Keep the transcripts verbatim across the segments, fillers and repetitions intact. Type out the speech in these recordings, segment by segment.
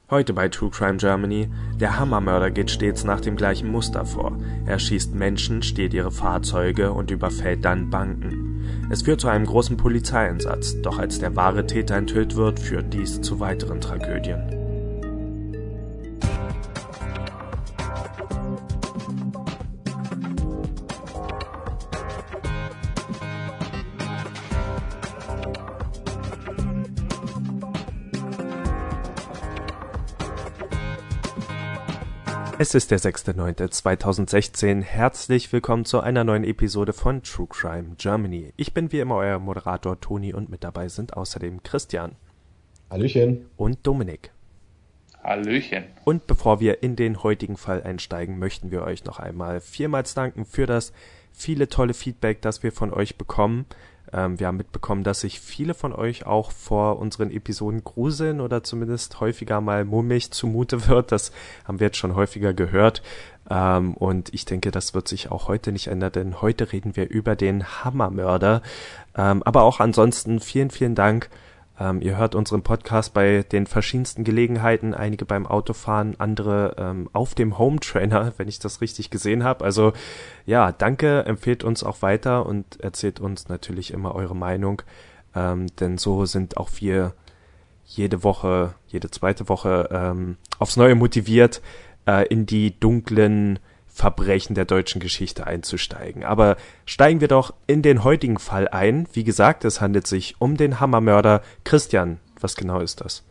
Heute bei True Crime Germany: Der Hammermörder geht stets nach dem gleichen Muster vor. Er schießt Menschen, stiehlt ihre Fahrzeuge und überfällt dann Banken. Es führt zu einem großen Polizeieinsatz, doch als der wahre Täter enthüllt wird, führt dies zu weiteren Tragödien. Es ist der sechster neunter zweitausendsechzehn. Herzlich willkommen zu einer neuen Episode von True Crime Germany. Ich bin wie immer euer Moderator Toni und mit dabei sind außerdem Christian. Hallöchen. Und Dominik. Hallöchen. Und bevor wir in den heutigen Fall einsteigen, möchten wir euch noch einmal vielmals danken für das viele tolle Feedback, das wir von euch bekommen. Ähm, wir haben mitbekommen, dass sich viele von euch auch vor unseren Episoden gruseln oder zumindest häufiger mal mulmig zumute wird. Das haben wir jetzt schon häufiger gehört. Ähm, und ich denke, das wird sich auch heute nicht ändern, denn heute reden wir über den Hammermörder. Ähm, aber auch ansonsten vielen, vielen Dank. Ähm, ihr hört unseren Podcast bei den verschiedensten Gelegenheiten, einige beim Autofahren, andere ähm, auf dem Home Trainer, wenn ich das richtig gesehen habe. Also ja, danke, empfehlt uns auch weiter und erzählt uns natürlich immer eure Meinung, ähm, denn so sind auch wir jede Woche, jede zweite Woche ähm, aufs Neue motiviert, äh, in die dunklen Verbrechen der deutschen Geschichte einzusteigen. Aber steigen wir doch in den heutigen Fall ein. Wie gesagt, es handelt sich um den Hammermörder. Christian, was genau ist das?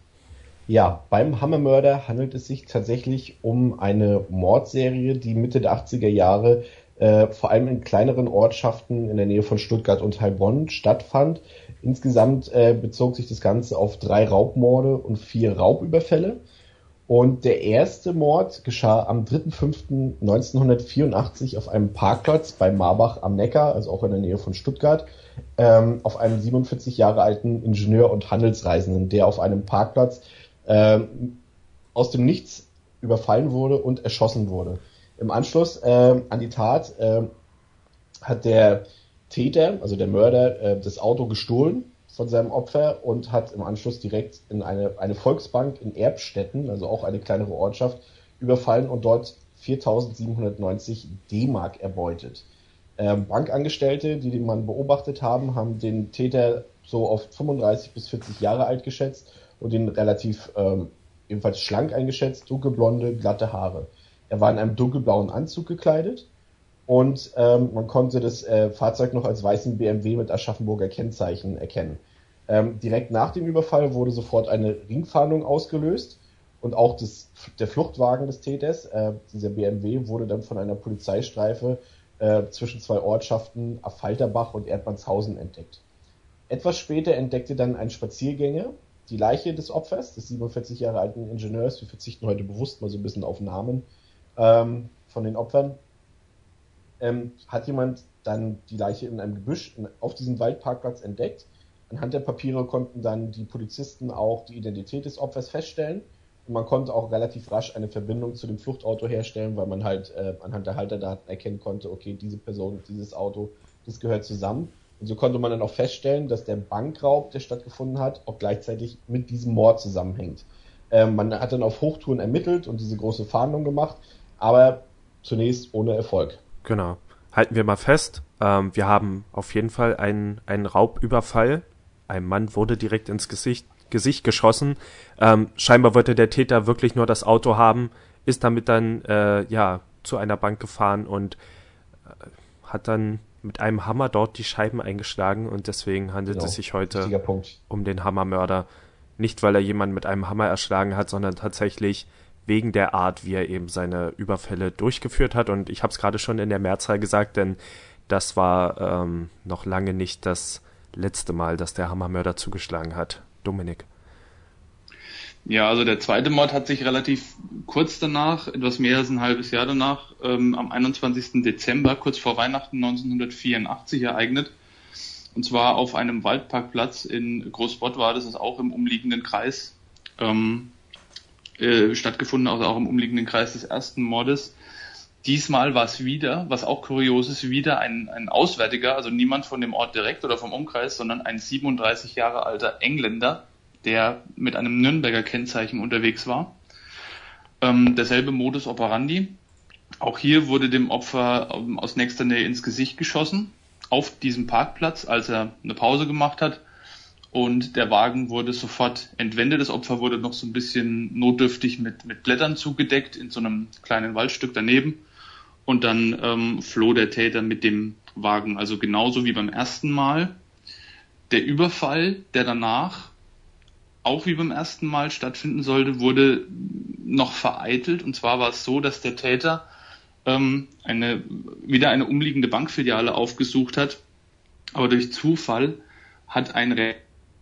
Ja, beim Hammermörder handelt es sich tatsächlich um eine Mordserie, die Mitte der achtziger Jahre äh, vor allem in kleineren Ortschaften in der Nähe von Stuttgart und Heilbronn stattfand. Insgesamt äh, bezog sich das Ganze auf drei Raubmorde und vier Raubüberfälle. Und der erste Mord geschah am dritter fünfter neunzehnhundertvierundachtzig auf einem Parkplatz bei Marbach am Neckar, also auch in der Nähe von Stuttgart, ähm, auf einem siebenundvierzig Jahre alten Ingenieur und Handelsreisenden, der auf einem Parkplatz ähm, aus dem Nichts überfallen wurde und erschossen wurde. Im Anschluss äh, an die Tat äh, hat der Täter, also der Mörder, äh, das Auto gestohlen von seinem Opfer und hat im Anschluss direkt in eine, eine Volksbank in Erbstetten, also auch eine kleinere Ortschaft, überfallen und dort viertausendsiebenhundertneunzig D-Mark erbeutet. Ähm, Bankangestellte, die den Mann beobachtet haben, haben den Täter so auf fünfunddreißig bis vierzig Jahre alt geschätzt und ihn relativ ähm, ebenfalls schlank eingeschätzt, dunkelblonde, glatte Haare. Er war in einem dunkelblauen Anzug gekleidet. Und ähm, man konnte das äh, Fahrzeug noch als weißen B M W mit Aschaffenburger Kennzeichen erkennen. Ähm, direkt nach dem Überfall wurde sofort eine Ringfahndung ausgelöst und auch das, der Fluchtwagen des Täters, äh, dieser B M W, wurde dann von einer Polizeistreife äh, zwischen zwei Ortschaften Affalterbach und Erdmannshausen entdeckt. Etwas später entdeckte dann ein Spaziergänger die Leiche des Opfers, des siebenundvierzig Jahre alten Ingenieurs. Wir verzichten heute bewusst mal so ein bisschen auf Namen ähm, von den Opfern. Ähm, hat jemand dann die Leiche in einem Gebüsch in, auf diesem Waldparkplatz entdeckt. Anhand der Papiere konnten dann die Polizisten auch die Identität des Opfers feststellen und man konnte auch relativ rasch eine Verbindung zu dem Fluchtauto herstellen, weil man halt äh, anhand der Halterdaten erkennen konnte, okay, diese Person, dieses Auto, das gehört zusammen. Und so konnte man dann auch feststellen, dass der Bankraub, der stattgefunden hat, auch gleichzeitig mit diesem Mord zusammenhängt. Ähm, man hat dann auf Hochtouren ermittelt und diese große Fahndung gemacht, aber zunächst ohne Erfolg. Genau. Halten wir mal fest, ähm, wir haben auf jeden Fall einen, einen Raubüberfall. Ein Mann wurde direkt ins Gesicht, Gesicht geschossen. Ähm, scheinbar wollte der Täter wirklich nur das Auto haben, ist damit dann äh, ja zu einer Bank gefahren und äh, hat dann mit einem Hammer dort die Scheiben eingeschlagen und deswegen handelt genau. es sich heute Punkt. um den Hammermörder. Nicht, weil er jemanden mit einem Hammer erschlagen hat, sondern tatsächlich wegen der Art, wie er eben seine Überfälle durchgeführt hat. Und ich habe es gerade schon in der Mehrzahl gesagt, denn das war ähm, noch lange nicht das letzte Mal, dass der Hammermörder zugeschlagen hat. Dominik. Ja, also der zweite Mord hat sich relativ kurz danach, etwas mehr als ein halbes Jahr danach, ähm, am einundzwanzigsten Dezember, kurz vor Weihnachten neunzehnhundertvierundachtzig ereignet. Und zwar auf einem Waldparkplatz in Großbottwar, das ist auch im umliegenden Kreis, ähm, Äh, stattgefunden, also auch im umliegenden Kreis des ersten Mordes. Diesmal war es wieder, was auch kurios ist, wieder ein, ein Auswärtiger, also niemand von dem Ort direkt oder vom Umkreis, sondern ein siebenunddreißig Jahre alter Engländer, der mit einem Nürnberger Kennzeichen unterwegs war. Ähm, derselbe Modus operandi. Auch hier wurde dem Opfer ähm, aus nächster Nähe ins Gesicht geschossen, auf diesem Parkplatz, als er eine Pause gemacht hat. Und der Wagen wurde sofort entwendet. Das Opfer wurde noch so ein bisschen notdürftig mit, mit Blättern zugedeckt in so einem kleinen Waldstück daneben. Und dann ähm, floh der Täter mit dem Wagen. Also genauso wie beim ersten Mal. Der Überfall, der danach auch wie beim ersten Mal stattfinden sollte, wurde noch vereitelt. Und zwar war es so, dass der Täter ähm, eine, wieder eine umliegende Bankfiliale aufgesucht hat. Aber durch Zufall hat ein Re-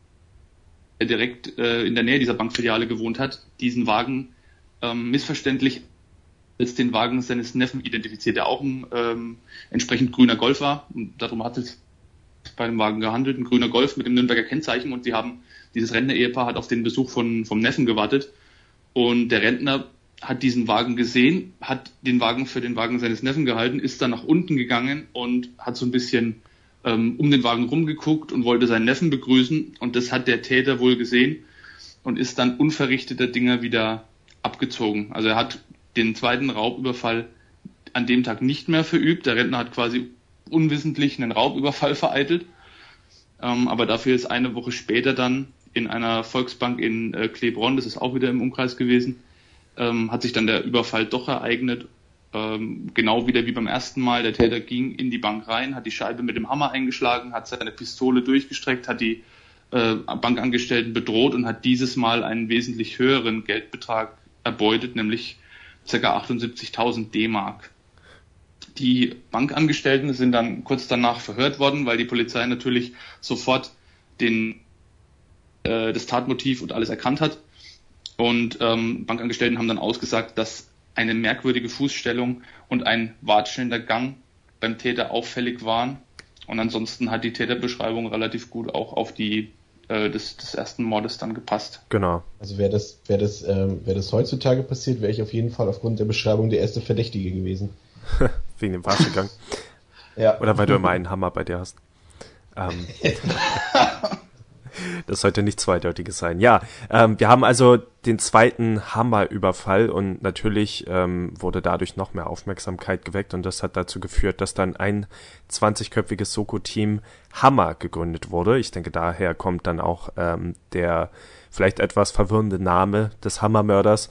der direkt äh, in der Nähe dieser Bankfiliale gewohnt hat, diesen Wagen ähm, missverständlich als den Wagen seines Neffen identifiziert, der auch ein ähm, entsprechend grüner Golf war. Und darum hat es bei dem Wagen gehandelt, ein grüner Golf mit dem Nürnberger Kennzeichen. Und sie haben, dieses Rentner-Ehepaar hat auf den Besuch von vom Neffen gewartet. Und der Rentner hat diesen Wagen gesehen, hat den Wagen für den Wagen seines Neffen gehalten, ist dann nach unten gegangen und hat so ein bisschen um den Wagen rumgeguckt und wollte seinen Neffen begrüßen, und das hat der Täter wohl gesehen und ist dann unverrichteter Dinger wieder abgezogen. Also er hat den zweiten Raubüberfall an dem Tag nicht mehr verübt. Der Rentner hat quasi unwissentlich einen Raubüberfall vereitelt, ähm, aber dafür ist eine Woche später dann in einer Volksbank in äh, Klebronn, das ist auch wieder im Umkreis gewesen, ähm, hat sich dann der Überfall doch ereignet. Genau wieder wie beim ersten Mal. Der Täter ging in die Bank rein, hat die Scheibe mit dem Hammer eingeschlagen, hat seine Pistole durchgestreckt, hat die äh, Bankangestellten bedroht und hat dieses Mal einen wesentlich höheren Geldbetrag erbeutet, nämlich ca. achtundsiebzigtausend D-Mark. Die Bankangestellten sind dann kurz danach verhört worden, weil die Polizei natürlich sofort den, äh, das Tatmotiv und alles erkannt hat. Und ähm, Bankangestellten haben dann ausgesagt, dass eine merkwürdige Fußstellung und ein watschelnder Gang beim Täter auffällig waren. Und ansonsten hat die Täterbeschreibung relativ gut auch auf die äh, des, des ersten Mordes dann gepasst. Genau. Also wäre das, wäre das, ähm, wäre das heutzutage passiert, wäre ich auf jeden Fall aufgrund der Beschreibung der erste Verdächtige gewesen. Wegen dem Watschelgang. Ja. Oder weil du immer einen Hammer bei dir hast. Ähm. Das sollte nichts Zweideutiges sein. Ja, ähm, wir haben also den zweiten Hammerüberfall und natürlich ähm, wurde dadurch noch mehr Aufmerksamkeit geweckt und das hat dazu geführt, dass dann ein zwanzigköpfiges Soko-Team Hammer gegründet wurde. Ich denke, daher kommt dann auch ähm, der vielleicht etwas verwirrende Name des Hammermörders.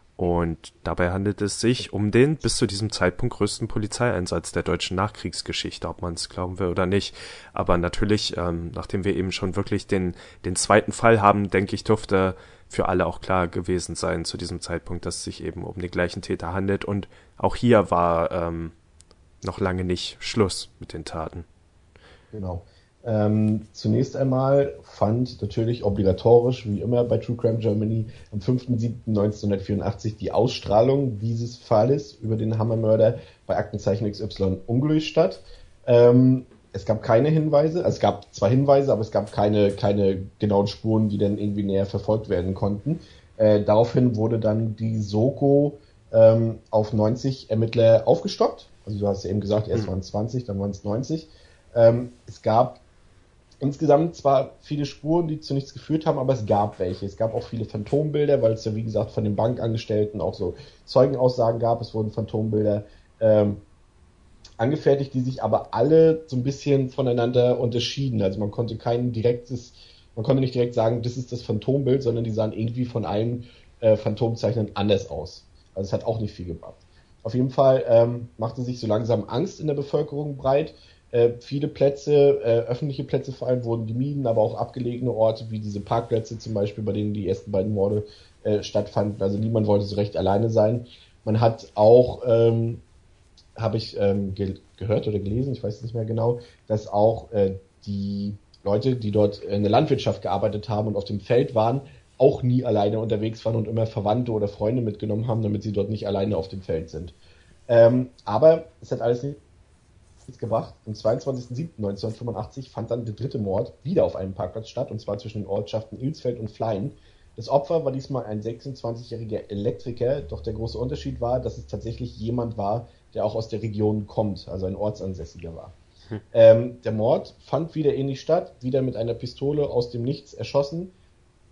Und dabei handelt es sich um den bis zu diesem Zeitpunkt größten Polizeieinsatz der deutschen Nachkriegsgeschichte, ob man es glauben will oder nicht. Aber natürlich, ähm, nachdem wir eben schon wirklich den den zweiten Fall haben, denke ich, dürfte für alle auch klar gewesen sein zu diesem Zeitpunkt, dass es sich eben um den gleichen Täter handelt. Und auch hier war ähm, noch lange nicht Schluss mit den Taten. Genau. Ähm, zunächst einmal fand natürlich obligatorisch, wie immer bei True Crime Germany, am fünften siebten neunzehnhundertvierundachtzig die Ausstrahlung dieses Falles über den Hammermörder bei Aktenzeichen X Y ungelöst statt. Ähm, es gab keine Hinweise, also es gab zwar Hinweise, aber es gab keine, keine genauen Spuren, die dann irgendwie näher verfolgt werden konnten. Äh, daraufhin wurde dann die Soko ähm, auf neunzig Ermittler aufgestockt. Also du hast ja eben gesagt, erst waren es zwanzig, dann waren es neunzig. Ähm, es gab insgesamt zwar viele Spuren, die zu nichts geführt haben, aber es gab welche. Es gab auch viele Phantombilder, weil es ja wie gesagt von den Bankangestellten auch so Zeugenaussagen gab. Es wurden Phantombilder ähm, angefertigt, die sich aber alle so ein bisschen voneinander unterschieden. Also man konnte kein direktes, man konnte nicht direkt sagen, das ist das Phantombild, sondern die sahen irgendwie von allen äh, Phantomzeichnern anders aus. Also es hat auch nicht viel gebracht. Auf jeden Fall ähm, machte sich so langsam Angst in der Bevölkerung breit. Äh, viele Plätze, äh, öffentliche Plätze vor allem, wurden gemieden, aber auch abgelegene Orte, wie diese Parkplätze zum Beispiel, bei denen die ersten beiden Morde äh, stattfanden. Also niemand wollte so recht alleine sein. Man hat auch, ähm, habe ich ähm, ge- gehört oder gelesen, ich weiß es nicht mehr genau, dass auch äh, die Leute, die dort in der Landwirtschaft gearbeitet haben und auf dem Feld waren, auch nie alleine unterwegs waren und immer Verwandte oder Freunde mitgenommen haben, damit sie dort nicht alleine auf dem Feld sind. Ähm, aber es hat alles nicht gebracht. Am zweiundzwanzigsten siebten neunzehnhundertfünfundachtzig fand dann der dritte Mord wieder auf einem Parkplatz statt, und zwar zwischen den Ortschaften Ilsfeld und Fleien. Das Opfer war diesmal ein sechsundzwanzigjähriger Elektriker, doch der große Unterschied war, dass es tatsächlich jemand war, der auch aus der Region kommt, also ein Ortsansässiger war. Hm. Ähm, der Mord fand wieder ähnlich statt, wieder mit einer Pistole aus dem Nichts erschossen.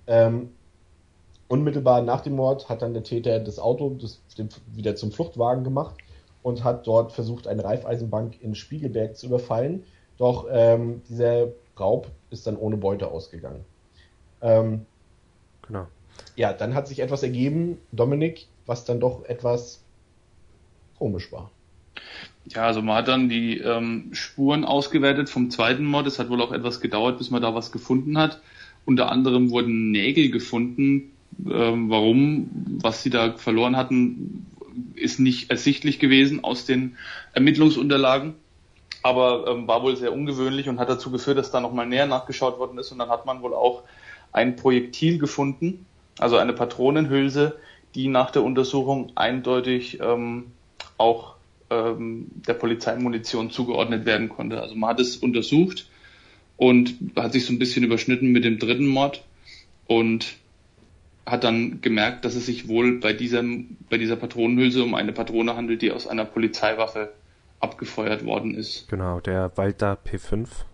Ähm, unmittelbar nach dem Mord hat dann der Täter das Auto das, den, wieder zum Fluchtwagen gemacht und hat dort versucht, eine Raiffeisenbank in Spiegelberg zu überfallen. Doch ähm, dieser Raub ist dann ohne Beute ausgegangen. Ähm, genau. Ja, dann hat sich etwas ergeben, Dominik, was dann doch etwas komisch war. Ja, also man hat dann die ähm, Spuren ausgewertet vom zweiten Mord. Es hat wohl auch etwas gedauert, bis man da was gefunden hat. Unter anderem wurden Nägel gefunden. Ähm, warum, was sie da verloren hatten, ist nicht ersichtlich gewesen aus den Ermittlungsunterlagen. Aber ähm, war wohl sehr ungewöhnlich und hat dazu geführt, dass da nochmal näher nachgeschaut worden ist. Und dann hat man wohl auch ein Projektil gefunden, also eine Patronenhülse, die nach der Untersuchung eindeutig ähm, auch ähm, der Polizeimunition zugeordnet werden konnte. Also man hat es untersucht und hat sich so ein bisschen überschnitten mit dem dritten Mord und hat dann gemerkt, dass es sich wohl bei diesem, bei dieser Patronenhülse um eine Patrone handelt, die aus einer Polizeiwaffe abgefeuert worden ist. Genau, der Walther P fünf.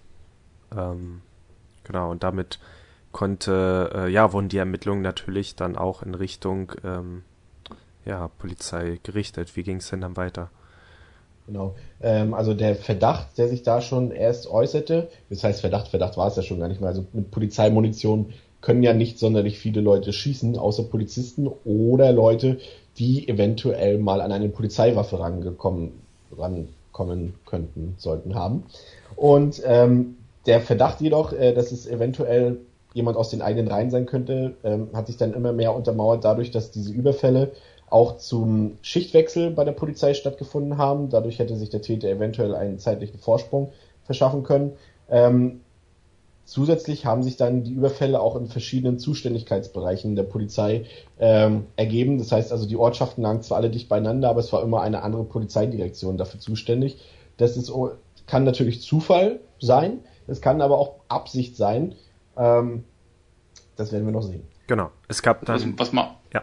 Ähm, genau, und damit konnte, äh, ja, wurden die Ermittlungen natürlich dann auch in Richtung ähm, ja, Polizei gerichtet. Wie ging es denn dann weiter? Genau. Ähm, also der Verdacht, der sich da schon erst äußerte, das heißt Verdacht, Verdacht war es ja schon gar nicht mehr. Also mit Polizeimunition können ja nicht sonderlich viele Leute schießen, außer Polizisten oder Leute, die eventuell mal an eine Polizeiwaffe rangekommen, rankommen könnten, sollten haben. Und ähm, der Verdacht jedoch, äh, dass es eventuell jemand aus den eigenen Reihen sein könnte, ähm, hat sich dann immer mehr untermauert dadurch, dass diese Überfälle auch zum Schichtwechsel bei der Polizei stattgefunden haben. Dadurch hätte sich der Täter eventuell einen zeitlichen Vorsprung verschaffen können. Ähm, zusätzlich haben sich dann die Überfälle auch in verschiedenen Zuständigkeitsbereichen der Polizei ähm, ergeben. Das heißt also, die Ortschaften lagen zwar alle dicht beieinander, aber es war immer eine andere Polizeidirektion dafür zuständig. Das ist, kann natürlich Zufall sein, es kann aber auch Absicht sein. Ähm, das werden wir noch sehen. Genau. Es gab dann... Was, was man, ja.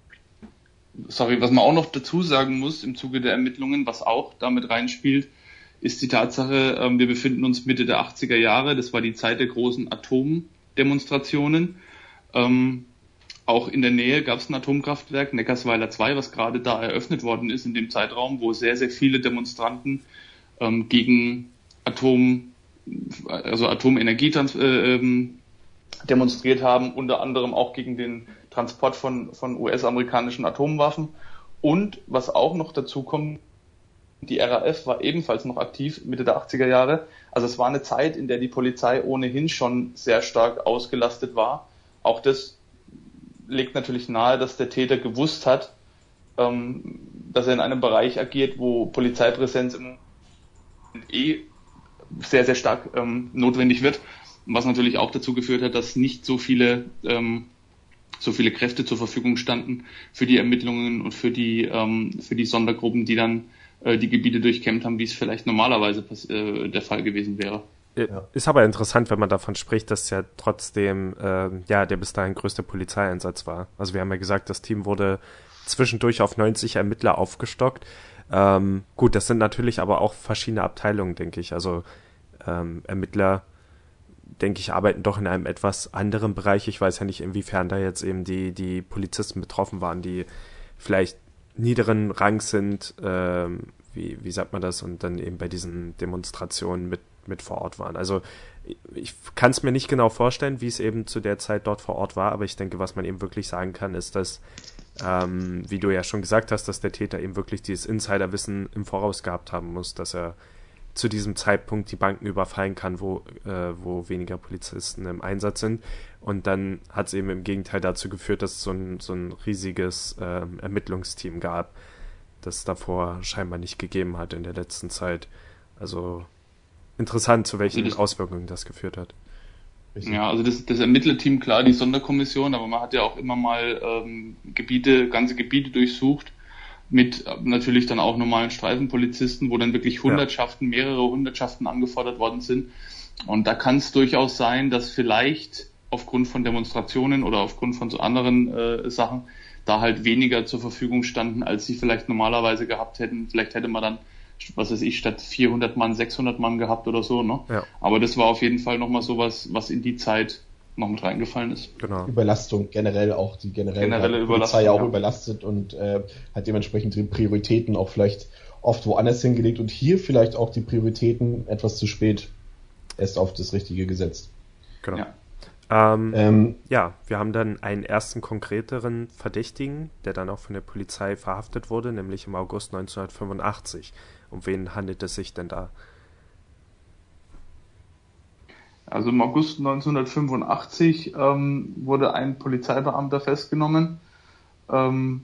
Sorry, was man auch noch dazu sagen muss im Zuge der Ermittlungen, was auch damit reinspielt, ist die Tatsache, ähm, wir befinden uns Mitte der achtziger Jahre, das war die Zeit der großen Atomdemonstrationen. Ähm, auch in der Nähe gab es ein Atomkraftwerk, Neckarsweiler zwei, was gerade da eröffnet worden ist in dem Zeitraum, wo sehr, sehr viele Demonstranten ähm, gegen Atom, also Atomenergie äh, ähm, demonstriert haben, unter anderem auch gegen den Transport von, von U S-amerikanischen Atomwaffen. Und was auch noch dazu kommt, die R A F war ebenfalls noch aktiv Mitte der achtziger Jahre. Also es war eine Zeit, in der die Polizei ohnehin schon sehr stark ausgelastet war. Auch das legt natürlich nahe, dass der Täter gewusst hat, ähm, dass er in einem Bereich agiert, wo Polizeipräsenz im eh sehr, sehr stark ähm, notwendig wird. Was natürlich auch dazu geführt hat, dass nicht so viele ähm, so viele Kräfte zur Verfügung standen für die Ermittlungen und für die ähm, für die Sondergruppen, die dann äh, die Gebiete durchkämmt haben, wie es vielleicht normalerweise pass- äh, der Fall gewesen wäre. Ja. Ist aber interessant, wenn man davon spricht, dass ja trotzdem ähm, ja der bis dahin größte Polizeieinsatz war. Also wir haben ja gesagt, das Team wurde zwischendurch auf neunzig Ermittler aufgestockt. Ähm, gut, das sind natürlich aber auch verschiedene Abteilungen, denke ich. Also ähm, Ermittler, denke ich, arbeiten doch in einem etwas anderen Bereich. Ich weiß ja nicht, inwiefern da jetzt eben die, die Polizisten betroffen waren, die vielleicht niederen Rangs sind, ähm, wie, wie sagt man das, und dann eben bei diesen Demonstrationen mit, mit vor Ort waren. Also ich kann es mir nicht genau vorstellen, wie es eben zu der Zeit dort vor Ort war, aber ich denke, was man eben wirklich sagen kann, ist, dass, ähm, wie du ja schon gesagt hast, dass der Täter eben wirklich dieses Insiderwissen im Voraus gehabt haben muss, dass er zu diesem Zeitpunkt die Banken überfallen kann, wo, äh, wo weniger Polizisten im Einsatz sind. Und dann hat es eben im Gegenteil dazu geführt, dass es so ein, so ein riesiges äh, Ermittlungsteam gab, das es davor scheinbar nicht gegeben hat in der letzten Zeit. Also interessant, zu welchen also das, Auswirkungen das geführt hat. Ja, also das, das Ermittlerteam, klar, die Sonderkommission, aber man hat ja auch immer mal ähm, Gebiete, ganze Gebiete durchsucht, mit natürlich dann auch normalen Streifenpolizisten, wo dann wirklich Hundertschaften, ja. mehrere Hundertschaften angefordert worden sind. Und da kann es durchaus sein, dass vielleicht aufgrund von Demonstrationen oder aufgrund von so anderen äh, Sachen da halt weniger zur Verfügung standen, als sie vielleicht normalerweise gehabt hätten. Vielleicht hätte man dann, was weiß ich, statt vierhundert Mann sechshundert Mann gehabt oder so, ne? Ja. Aber das war auf jeden Fall nochmal sowas, was in die Zeit noch mit reingefallen ist. Genau. Überlastung generell auch, die generell generelle die Polizei ja auch ja. überlastet und äh, hat dementsprechend die Prioritäten auch vielleicht oft woanders hingelegt und hier vielleicht auch die Prioritäten etwas zu spät erst auf das Richtige gesetzt. Genau. Ja. Ähm, ähm, ja, wir haben dann einen ersten konkreteren Verdächtigen, der dann auch von der Polizei verhaftet wurde, nämlich im August neunzehnhundertfünfundachtzig. Um wen handelt es sich denn da? Also im August neunzehnhundertfünfundachtzig ähm, wurde ein Polizeibeamter festgenommen, ähm,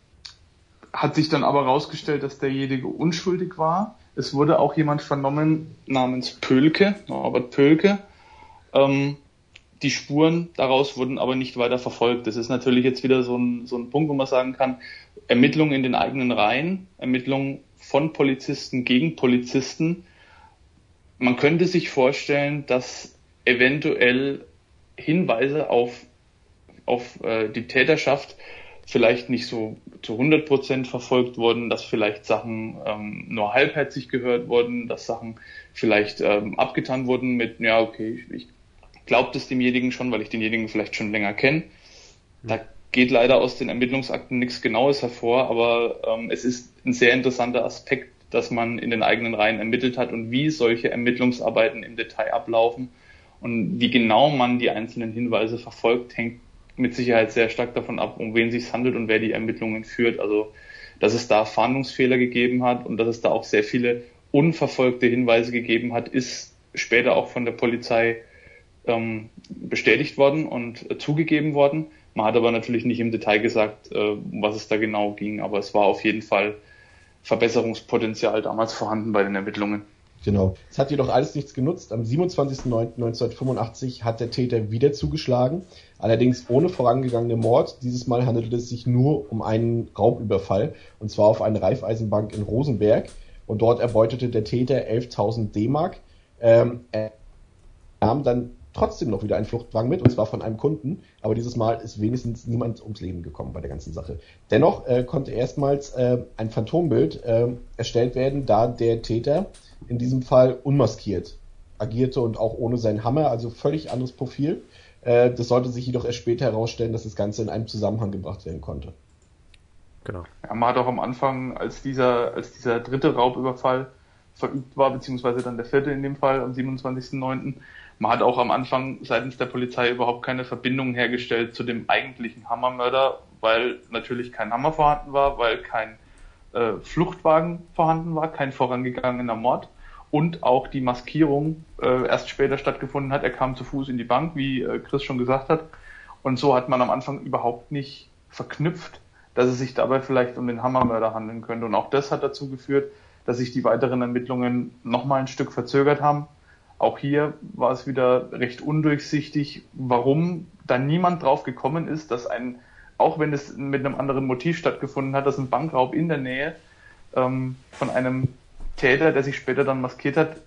hat sich dann aber herausgestellt, dass derjenige unschuldig war. Es wurde auch jemand vernommen namens Pölke, Norbert Pölke. Ähm, die Spuren daraus wurden aber nicht weiter verfolgt. Das ist natürlich jetzt wieder so ein, so ein Punkt, wo man sagen kann, Ermittlungen in den eigenen Reihen, Ermittlungen von Polizisten gegen Polizisten. Man könnte sich vorstellen, dass eventuell Hinweise auf, auf äh, die Täterschaft vielleicht nicht so zu hundert Prozent verfolgt wurden, dass vielleicht Sachen ähm, nur halbherzig gehört wurden, dass Sachen vielleicht ähm, abgetan wurden mit, ja okay, ich, ich glaube das demjenigen schon, weil ich denjenigen vielleicht schon länger kenne. Da geht leider aus den Ermittlungsakten nichts Genaues hervor, aber ähm, es ist ein sehr interessanter Aspekt, dass man in den eigenen Reihen ermittelt hat und wie solche Ermittlungsarbeiten im Detail ablaufen und wie genau man die einzelnen Hinweise verfolgt, hängt mit Sicherheit sehr stark davon ab, um wen es sich handelt und wer die Ermittlungen führt. Also, dass es da Fahndungsfehler gegeben hat und dass es da auch sehr viele unverfolgte Hinweise gegeben hat, ist später auch von der Polizei ähm, bestätigt worden und äh, zugegeben worden. Man hat aber natürlich nicht im Detail gesagt, äh, um was es da genau ging, aber es war auf jeden Fall Verbesserungspotenzial damals vorhanden bei den Ermittlungen. Genau. Es hat jedoch alles nichts genutzt. Am siebenundzwanzigsten neunten neunzehnhundertfünfundachtzig hat der Täter wieder zugeschlagen, allerdings ohne vorangegangenen Mord. Dieses Mal handelte es sich nur um einen Raubüberfall, und zwar auf eine Raiffeisenbank in Rosenberg. Und dort erbeutete der Täter elftausend D-Mark. Ähm, er nahm dann trotzdem noch wieder einen Fluchtwagen mit, und zwar von einem Kunden, aber dieses Mal ist wenigstens niemand ums Leben gekommen bei der ganzen Sache. Dennoch äh, konnte erstmals äh, ein Phantombild äh, erstellt werden, da der Täter in diesem Fall unmaskiert agierte und auch ohne seinen Hammer, also völlig anderes Profil. Äh, das sollte sich jedoch erst später herausstellen, dass das Ganze in einem Zusammenhang gebracht werden konnte. Genau. Ja, man hat auch am Anfang, als dieser, als dieser dritte Raubüberfall verübt war, beziehungsweise dann der vierte in dem Fall, am siebenundzwanzigsten neunten Man hat auch am Anfang seitens der Polizei überhaupt keine Verbindung hergestellt zu dem eigentlichen Hammermörder, weil natürlich kein Hammer vorhanden war, weil kein äh, Fluchtwagen vorhanden war, kein vorangegangener Mord und auch die Maskierung äh, erst später stattgefunden hat. Er kam zu Fuß in die Bank, wie äh, Chris schon gesagt hat, und so hat man am Anfang überhaupt nicht verknüpft, dass es sich dabei vielleicht um den Hammermörder handeln könnte. Und auch das hat dazu geführt, dass sich die weiteren Ermittlungen nochmal ein Stück verzögert haben. Auch hier war es wieder recht undurchsichtig, warum da niemand drauf gekommen ist, dass ein, auch wenn es mit einem anderen Motiv stattgefunden hat, dass ein Bankraub in der Nähe ähm, von einem Täter, der sich später dann maskiert hat,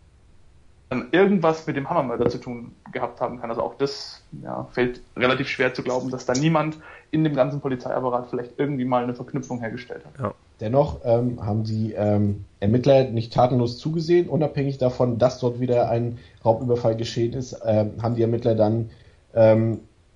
dann irgendwas mit dem Hammermörder zu tun gehabt haben kann. Also auch das ja, fällt relativ schwer zu glauben, dass da niemand in dem ganzen Polizeiapparat vielleicht irgendwie mal eine Verknüpfung hergestellt hat. Ja. Dennoch ähm, haben die ähm, Ermittler nicht tatenlos zugesehen. Unabhängig davon, dass dort wieder ein Raubüberfall geschehen ist, ähm, haben die Ermittler dann ähm,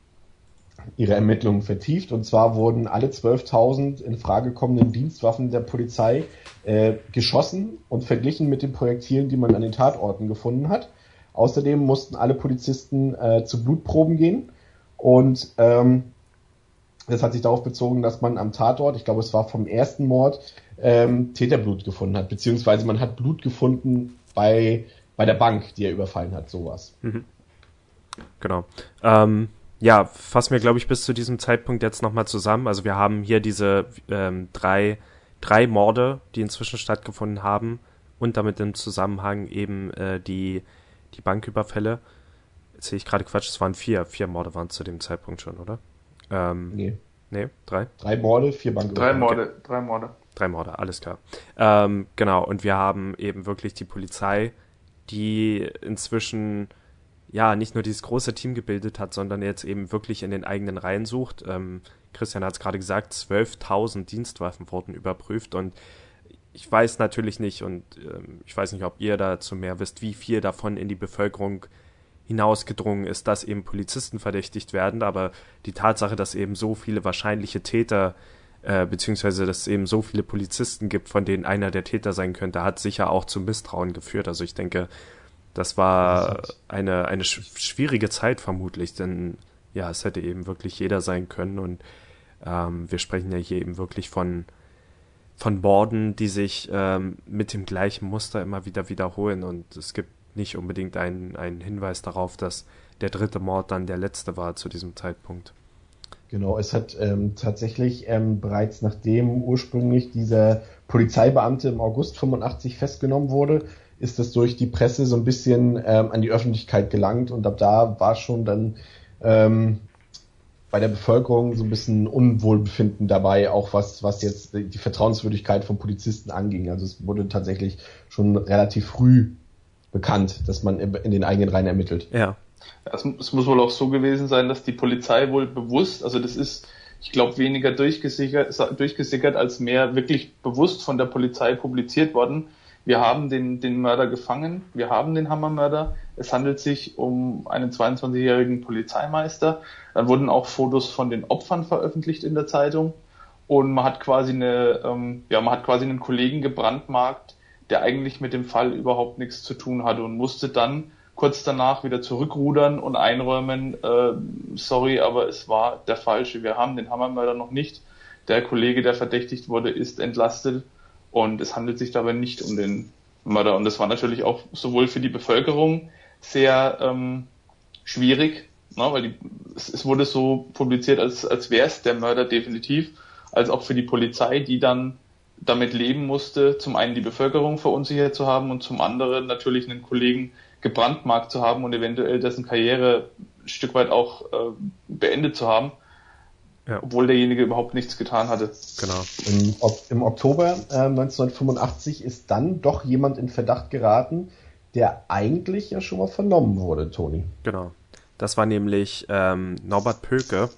ihre Ermittlungen vertieft. Und zwar wurden alle zwölftausend in Frage kommenden Dienstwaffen der Polizei äh, geschossen und verglichen mit den Projektilen, die man an den Tatorten gefunden hat. Außerdem mussten alle Polizisten äh, zu Blutproben gehen. Und ähm, das hat sich darauf bezogen, dass man am Tatort, ich glaube es war vom ersten Mord, ähm, Täterblut gefunden hat. Beziehungsweise man hat Blut gefunden bei, bei der Bank, die er überfallen hat, sowas. Mhm. Genau. Ähm, ja, fassen wir, glaube ich, bis zu diesem Zeitpunkt jetzt nochmal zusammen. Also wir haben hier diese ähm, drei, drei Morde, die inzwischen stattgefunden haben und damit im Zusammenhang eben äh, die, die Banküberfälle. Jetzt sehe ich gerade Quatsch, es waren vier. Vier Morde waren es zu dem Zeitpunkt schon, oder? Ähm, nee. Nee, drei? Drei Morde, vier Banküberfälle. Drei Morde, okay. drei Morde. Drei Morde, alles klar. Ähm, genau, und wir haben eben wirklich die Polizei, die inzwischen ja nicht nur dieses große Team gebildet hat, sondern jetzt eben wirklich in den eigenen Reihen sucht. Ähm, Christian hat es gerade gesagt, zwölftausend Dienstwaffen wurden überprüft und ich weiß natürlich nicht und ähm, ich weiß nicht, ob ihr dazu mehr wisst, wie viel davon in die Bevölkerung hinausgedrungen ist, dass eben Polizisten verdächtigt werden, aber die Tatsache, dass eben so viele wahrscheinliche Täter äh, beziehungsweise dass es eben so viele Polizisten gibt, von denen einer der Täter sein könnte, hat sicher auch zu Misstrauen geführt. Also ich denke, das war eine eine sch- schwierige Zeit vermutlich, denn ja, es hätte eben wirklich jeder sein können und ähm, wir sprechen ja hier eben wirklich von von Morden, die sich ähm, mit dem gleichen Muster immer wieder wiederholen und es gibt nicht unbedingt einen, einen Hinweis darauf, dass der dritte Mord dann der letzte war zu diesem Zeitpunkt. Genau, es hat ähm, tatsächlich ähm, bereits nachdem ursprünglich dieser Polizeibeamte im August fünfundachtzig festgenommen wurde, ist das durch die Presse so ein bisschen ähm, an die Öffentlichkeit gelangt und ab da war schon dann ähm, bei der Bevölkerung so ein bisschen Unwohlbefinden dabei, auch was was jetzt die Vertrauenswürdigkeit von Polizisten anging. Also es wurde tatsächlich schon relativ früh bekannt, dass man in den eigenen Reihen ermittelt. Ja. Es, es muss wohl auch so gewesen sein, dass die Polizei wohl bewusst, also das ist, ich glaube, weniger durchgesickert, durchgesickert als mehr wirklich bewusst von der Polizei publiziert worden. Wir haben den, den Mörder gefangen, wir haben den Hammermörder. Es handelt sich um einen zweiundzwanzigjährigen Polizeimeister. Dann wurden auch Fotos von den Opfern veröffentlicht in der Zeitung und man hat quasi eine, ähm, ja, man hat quasi einen Kollegen gebrandmarkt, der eigentlich mit dem Fall überhaupt nichts zu tun hatte und musste dann kurz danach wieder zurückrudern und einräumen, äh, sorry, aber es war der Falsche. Wir haben den Hammermörder noch nicht. Der Kollege, der verdächtigt wurde, ist entlastet und es handelt sich dabei nicht um den Mörder. Und das war natürlich auch sowohl für die Bevölkerung sehr ähm, schwierig, ne, weil die, es, es wurde so publiziert, als, als wäre es der Mörder definitiv, als auch für die Polizei, die dann damit leben musste, zum einen die Bevölkerung verunsichert zu haben und zum anderen natürlich einen Kollegen gebrandmarkt zu haben und eventuell dessen Karriere ein Stück weit auch äh, beendet zu haben, ja. Obwohl derjenige überhaupt nichts getan hatte. Genau. Im, im Oktober äh, neunzehnhundertfünfundachtzig ist dann doch jemand in Verdacht geraten, der eigentlich ja schon mal vernommen wurde, Toni. Genau. Das war nämlich ähm, Norbert Pöke,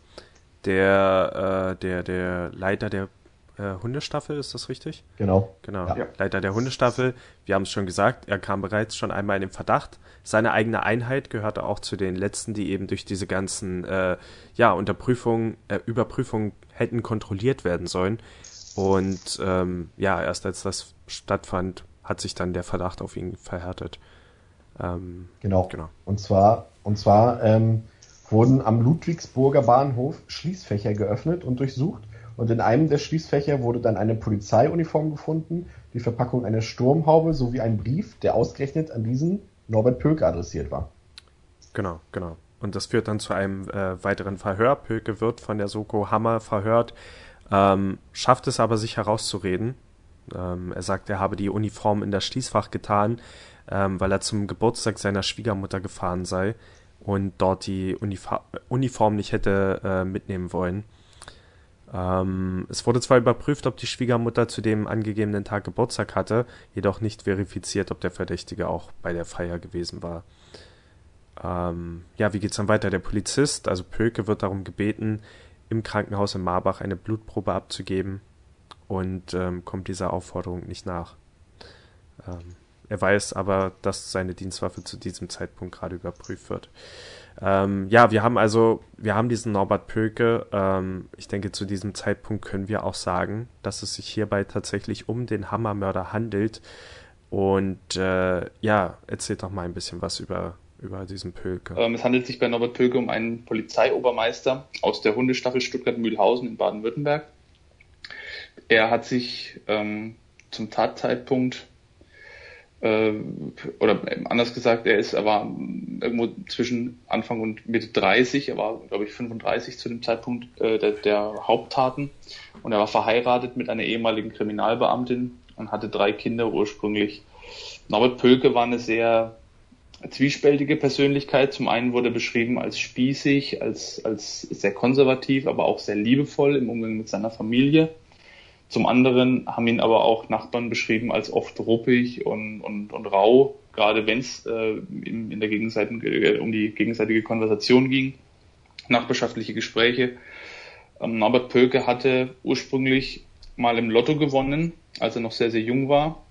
der, äh, der, der Leiter der äh, Hundestaffel, ist das richtig? Genau. Genau, ja. Leiter der Hundestaffel. Wir haben es schon gesagt, er kam bereits schon einmal in den Verdacht. Seine eigene Einheit gehörte auch zu den letzten, die eben durch diese ganzen äh, ja, Unterprüfungen, äh, Überprüfungen hätten kontrolliert werden sollen. Und ähm, ja, erst als das stattfand, hat sich dann der Verdacht auf ihn verhärtet. Ähm, genau. genau. Und zwar, und zwar ähm, wurden am Ludwigsburger Bahnhof Schließfächer geöffnet und durchsucht. Und in einem der Schließfächer wurde dann eine Polizeiuniform gefunden, die Verpackung einer Sturmhaube sowie ein Brief, der ausgerechnet an diesen Norbert Pöke adressiert war. Genau, genau. Und das führt dann zu einem äh, weiteren Verhör. Pöke wird von der Soko Hammer verhört, ähm, schafft es aber, sich herauszureden. Ähm, er sagt, er habe die Uniform in das Schließfach getan, ähm, weil er zum Geburtstag seiner Schwiegermutter gefahren sei und dort die Unifa- Uniform nicht hätte äh, mitnehmen wollen. Ähm, es wurde zwar überprüft, ob die Schwiegermutter zu dem angegebenen Tag Geburtstag hatte, jedoch nicht verifiziert, ob der Verdächtige auch bei der Feier gewesen war. Ähm, ja, wie geht's dann weiter? Der Polizist, also Pöke, wird darum gebeten, im Krankenhaus in Marbach eine Blutprobe abzugeben und ähm, kommt dieser Aufforderung nicht nach. Ähm, er weiß aber, dass seine Dienstwaffe zu diesem Zeitpunkt gerade überprüft wird. Ähm, ja, wir haben also, wir haben diesen Norbert Pöke. Ähm, ich denke, zu diesem Zeitpunkt können wir auch sagen, dass es sich hierbei tatsächlich um den Hammermörder handelt. Und äh, ja, erzähl doch mal ein bisschen was über, über diesen Pöke. Ähm, es handelt sich bei Norbert Pöke um einen Polizeiobermeister aus der Hundestaffel Stuttgart-Mühlhausen in Baden-Württemberg. Er hat sich ähm, zum Tatzeitpunkt oder anders gesagt, er ist, er war irgendwo zwischen Anfang und Mitte dreißig, er war, glaube ich, fünfunddreißig zu dem Zeitpunkt äh, der, der Haupttaten und er war verheiratet mit einer ehemaligen Kriminalbeamtin und hatte drei Kinder ursprünglich. Norbert Pöke war eine sehr zwiespältige Persönlichkeit. Zum einen wurde er beschrieben als spießig, als, als sehr konservativ, aber auch sehr liebevoll im Umgang mit seiner Familie. Zum anderen haben ihn aber auch Nachbarn beschrieben als oft ruppig und, und, und rau, gerade wenn es äh, in, in der gegenseitigen, äh, um die gegenseitige Konversation ging, nachbarschaftliche Gespräche. Ähm, Norbert Pöke hatte ursprünglich mal im Lotto gewonnen, als er noch sehr, sehr jung war.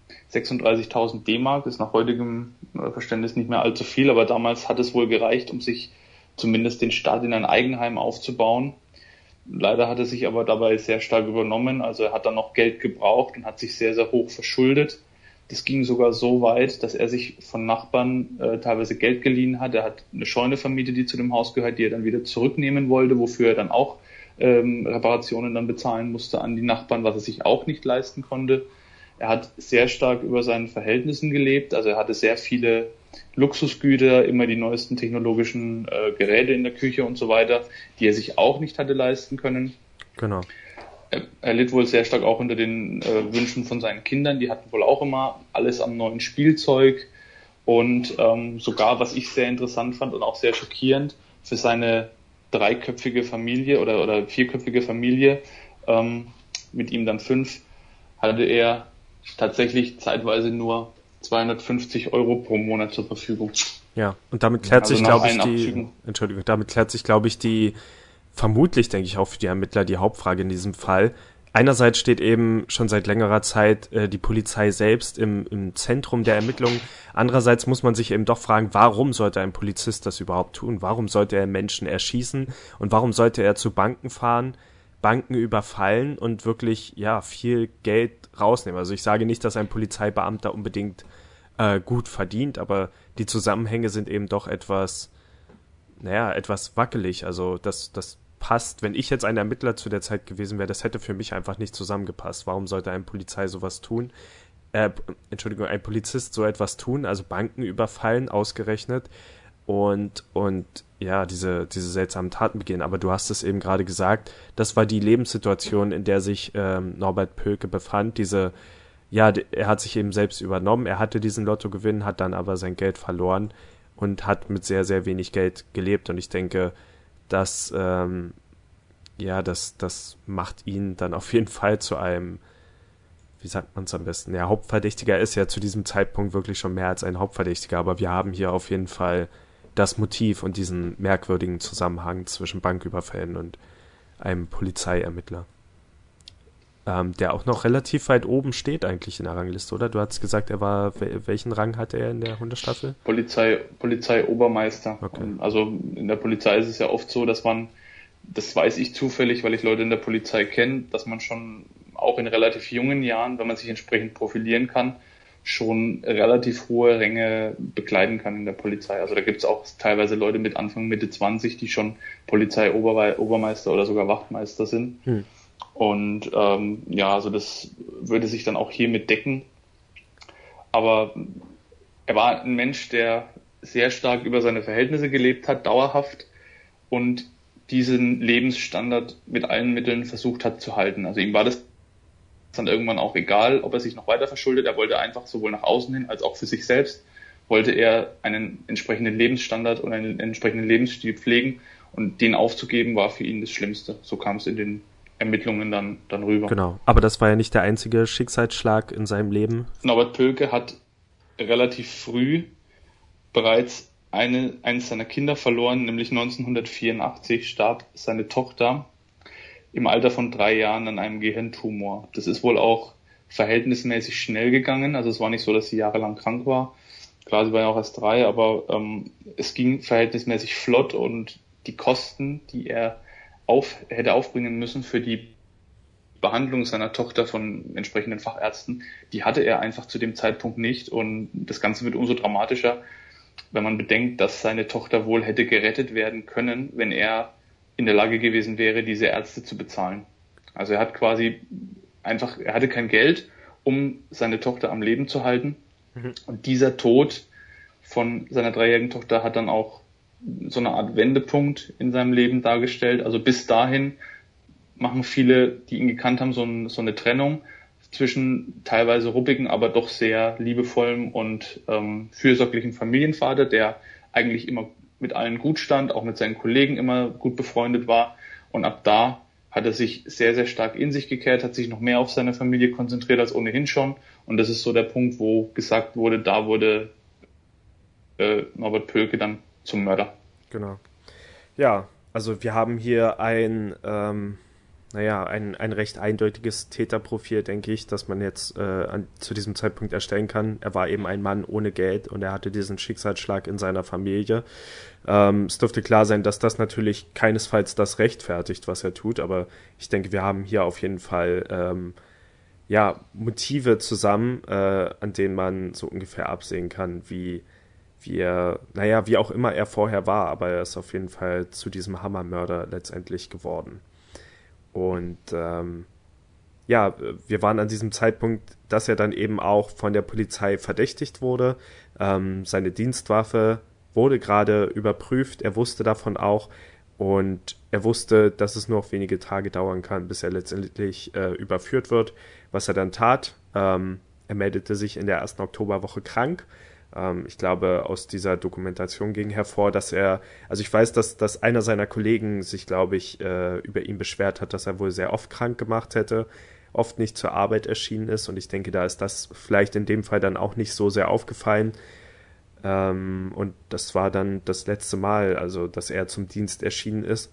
sechsunddreißigtausend D-Mark, ist nach heutigem Verständnis nicht mehr allzu viel, aber damals hat es wohl gereicht, um sich zumindest den Start in ein Eigenheim aufzubauen. Leider hat er sich aber dabei sehr stark übernommen, also er hat dann noch Geld gebraucht und hat sich sehr, sehr hoch verschuldet. Das ging sogar so weit, dass er sich von Nachbarn äh, teilweise Geld geliehen hat. Er hat eine Scheune vermietet, die zu dem Haus gehört, die er dann wieder zurücknehmen wollte, wofür er dann auch ähm, Reparationen dann bezahlen musste an die Nachbarn, was er sich auch nicht leisten konnte. Er hat sehr stark über seinen Verhältnissen gelebt, also er hatte sehr viele Luxusgüter, immer die neuesten technologischen äh, Geräte in der Küche und so weiter, die er sich auch nicht hatte leisten können. Genau. Er, er litt wohl sehr stark auch unter den äh, Wünschen von seinen Kindern, die hatten wohl auch immer alles am neuen Spielzeug und ähm, sogar, was ich sehr interessant fand und auch sehr schockierend, für seine dreiköpfige Familie oder, oder vierköpfige Familie, ähm, mit ihm dann fünf, hatte er tatsächlich zeitweise nur zweihundertfünfzig Euro pro Monat zur Verfügung. Ja, und damit klärt Also sich, nach glaube ich, allen die, Abzügen. Entschuldigung, damit klärt sich, glaube ich, die, vermutlich, denke ich, auch für die Ermittler die Hauptfrage in diesem Fall. Einerseits steht eben schon seit längerer Zeit äh, die Polizei selbst im, im Zentrum der Ermittlungen. Andererseits muss man sich eben doch fragen, warum sollte ein Polizist das überhaupt tun? Warum sollte er Menschen erschießen? Und warum sollte er zu Banken fahren, Banken überfallen und wirklich, ja, viel Geld rausnehmen? Also ich sage nicht, dass ein Polizeibeamter unbedingt äh, gut verdient, aber die Zusammenhänge sind eben doch etwas, naja, etwas wackelig. Also das, das passt, wenn ich jetzt ein Ermittler zu der Zeit gewesen wäre, das hätte für mich einfach nicht zusammengepasst. Warum sollte ein Polizei sowas tun? Äh, Entschuldigung, ein Polizist so etwas tun, also Banken überfallen, ausgerechnet und, und ja, diese, diese seltsamen Taten begehen. Aber du hast es eben gerade gesagt, das war die Lebenssituation, in der sich ähm, Norbert Pölke befand. Diese, ja, er hat sich eben selbst übernommen, er hatte diesen Lottogewinn, hat dann aber sein Geld verloren und hat mit sehr, sehr wenig Geld gelebt. Und ich denke, dass, ähm, ja, das, das macht ihn dann auf jeden Fall zu einem, wie sagt man es am besten, ja, Hauptverdächtiger ist ja zu diesem Zeitpunkt wirklich schon mehr als ein Hauptverdächtiger, aber wir haben hier auf jeden Fall das Motiv und diesen merkwürdigen Zusammenhang zwischen Banküberfällen und einem Polizeiermittler, ähm, der auch noch relativ weit oben steht eigentlich in der Rangliste, oder? Du hast gesagt, er war, welchen Rang hatte er in der Hundestaffel? Polizei, Polizeiobermeister. Okay. Also in der Polizei ist es ja oft so, dass man, das weiß ich zufällig, weil ich Leute in der Polizei kenne, dass man schon auch in relativ jungen Jahren, wenn man sich entsprechend profilieren kann, schon relativ hohe Ränge bekleiden kann in der Polizei. Also da gibt es auch teilweise Leute mit Anfang, Mitte zwanzig, die schon Polizeiobermeister oder sogar Wachtmeister sind. Hm. Und ähm, ja, also das würde sich dann auch hiermit decken. Aber er war ein Mensch, der sehr stark über seine Verhältnisse gelebt hat, dauerhaft, und diesen Lebensstandard mit allen Mitteln versucht hat zu halten. Also ihm war das dann irgendwann auch egal, ob er sich noch weiter verschuldet. Er wollte einfach sowohl nach außen hin als auch für sich selbst, wollte er einen entsprechenden Lebensstandard und einen entsprechenden Lebensstil pflegen, und den aufzugeben war für ihn das Schlimmste. So kam es in den Ermittlungen dann, dann rüber. Genau, aber das war ja nicht der einzige Schicksalsschlag in seinem Leben. Norbert Pölke hat relativ früh bereits eine, eines seiner Kinder verloren, nämlich neunzehnhundertvierundachtzig starb seine Tochter im Alter von drei Jahren an einem Gehirntumor. Das ist wohl auch verhältnismäßig schnell gegangen, also es war nicht so, dass sie jahrelang krank war. Klar, sie war ja auch erst drei, aber ähm, es ging verhältnismäßig flott, und die Kosten, die er auf, hätte aufbringen müssen für die Behandlung seiner Tochter von entsprechenden Fachärzten, die hatte er einfach zu dem Zeitpunkt nicht, und das Ganze wird umso dramatischer, wenn man bedenkt, dass seine Tochter wohl hätte gerettet werden können, wenn er in der Lage gewesen wäre, diese Ärzte zu bezahlen. Also er hat quasi einfach, er hatte kein Geld, um seine Tochter am Leben zu halten, mhm. und dieser Tod von seiner dreijährigen Tochter hat dann auch so eine Art Wendepunkt in seinem Leben dargestellt. Also bis dahin machen viele, die ihn gekannt haben, so, ein, so eine Trennung zwischen teilweise ruppigen, aber doch sehr liebevollem und ähm, fürsorglichen Familienvater, der eigentlich immer mit allen gut stand, auch mit seinen Kollegen immer gut befreundet war. Und ab da hat er sich sehr, sehr stark in sich gekehrt, hat sich noch mehr auf seine Familie konzentriert als ohnehin schon. Und das ist so der Punkt, wo gesagt wurde, da wurde äh, Norbert Pölke dann zum Mörder. Genau. Ja, also wir haben hier ein, ähm, naja, ein, ein recht eindeutiges Täterprofil, denke ich, dass man jetzt äh, an, zu diesem Zeitpunkt erstellen kann. Er war eben ein Mann ohne Geld und er hatte diesen Schicksalsschlag in seiner Familie. Ähm, es dürfte klar sein, dass das natürlich keinesfalls das rechtfertigt, was er tut, aber ich denke, wir haben hier auf jeden Fall ähm, ja, Motive zusammen, äh, an denen man so ungefähr absehen kann, wie, wie er, naja, wie auch immer er vorher war, aber er ist auf jeden Fall zu diesem Hammermörder letztendlich geworden. Und ähm, ja, wir waren an diesem Zeitpunkt, dass er dann eben auch von der Polizei verdächtigt wurde. Ähm, seine Dienstwaffe wurde gerade überprüft, er wusste davon auch und er wusste, dass es nur noch wenige Tage dauern kann, bis er letztendlich äh, überführt wird, was er dann tat. Ähm, er meldete sich in der ersten Oktoberwoche krank. Ähm, ich glaube, aus dieser Dokumentation ging hervor, dass er, also ich weiß, dass, dass einer seiner Kollegen sich, glaube ich, äh, über ihn beschwert hat, dass er wohl sehr oft krank gemacht hätte, oft nicht zur Arbeit erschienen ist und ich denke, da ist das vielleicht in dem Fall dann auch nicht so sehr aufgefallen. Ähm, und das war dann das letzte Mal, also dass er zum Dienst erschienen ist.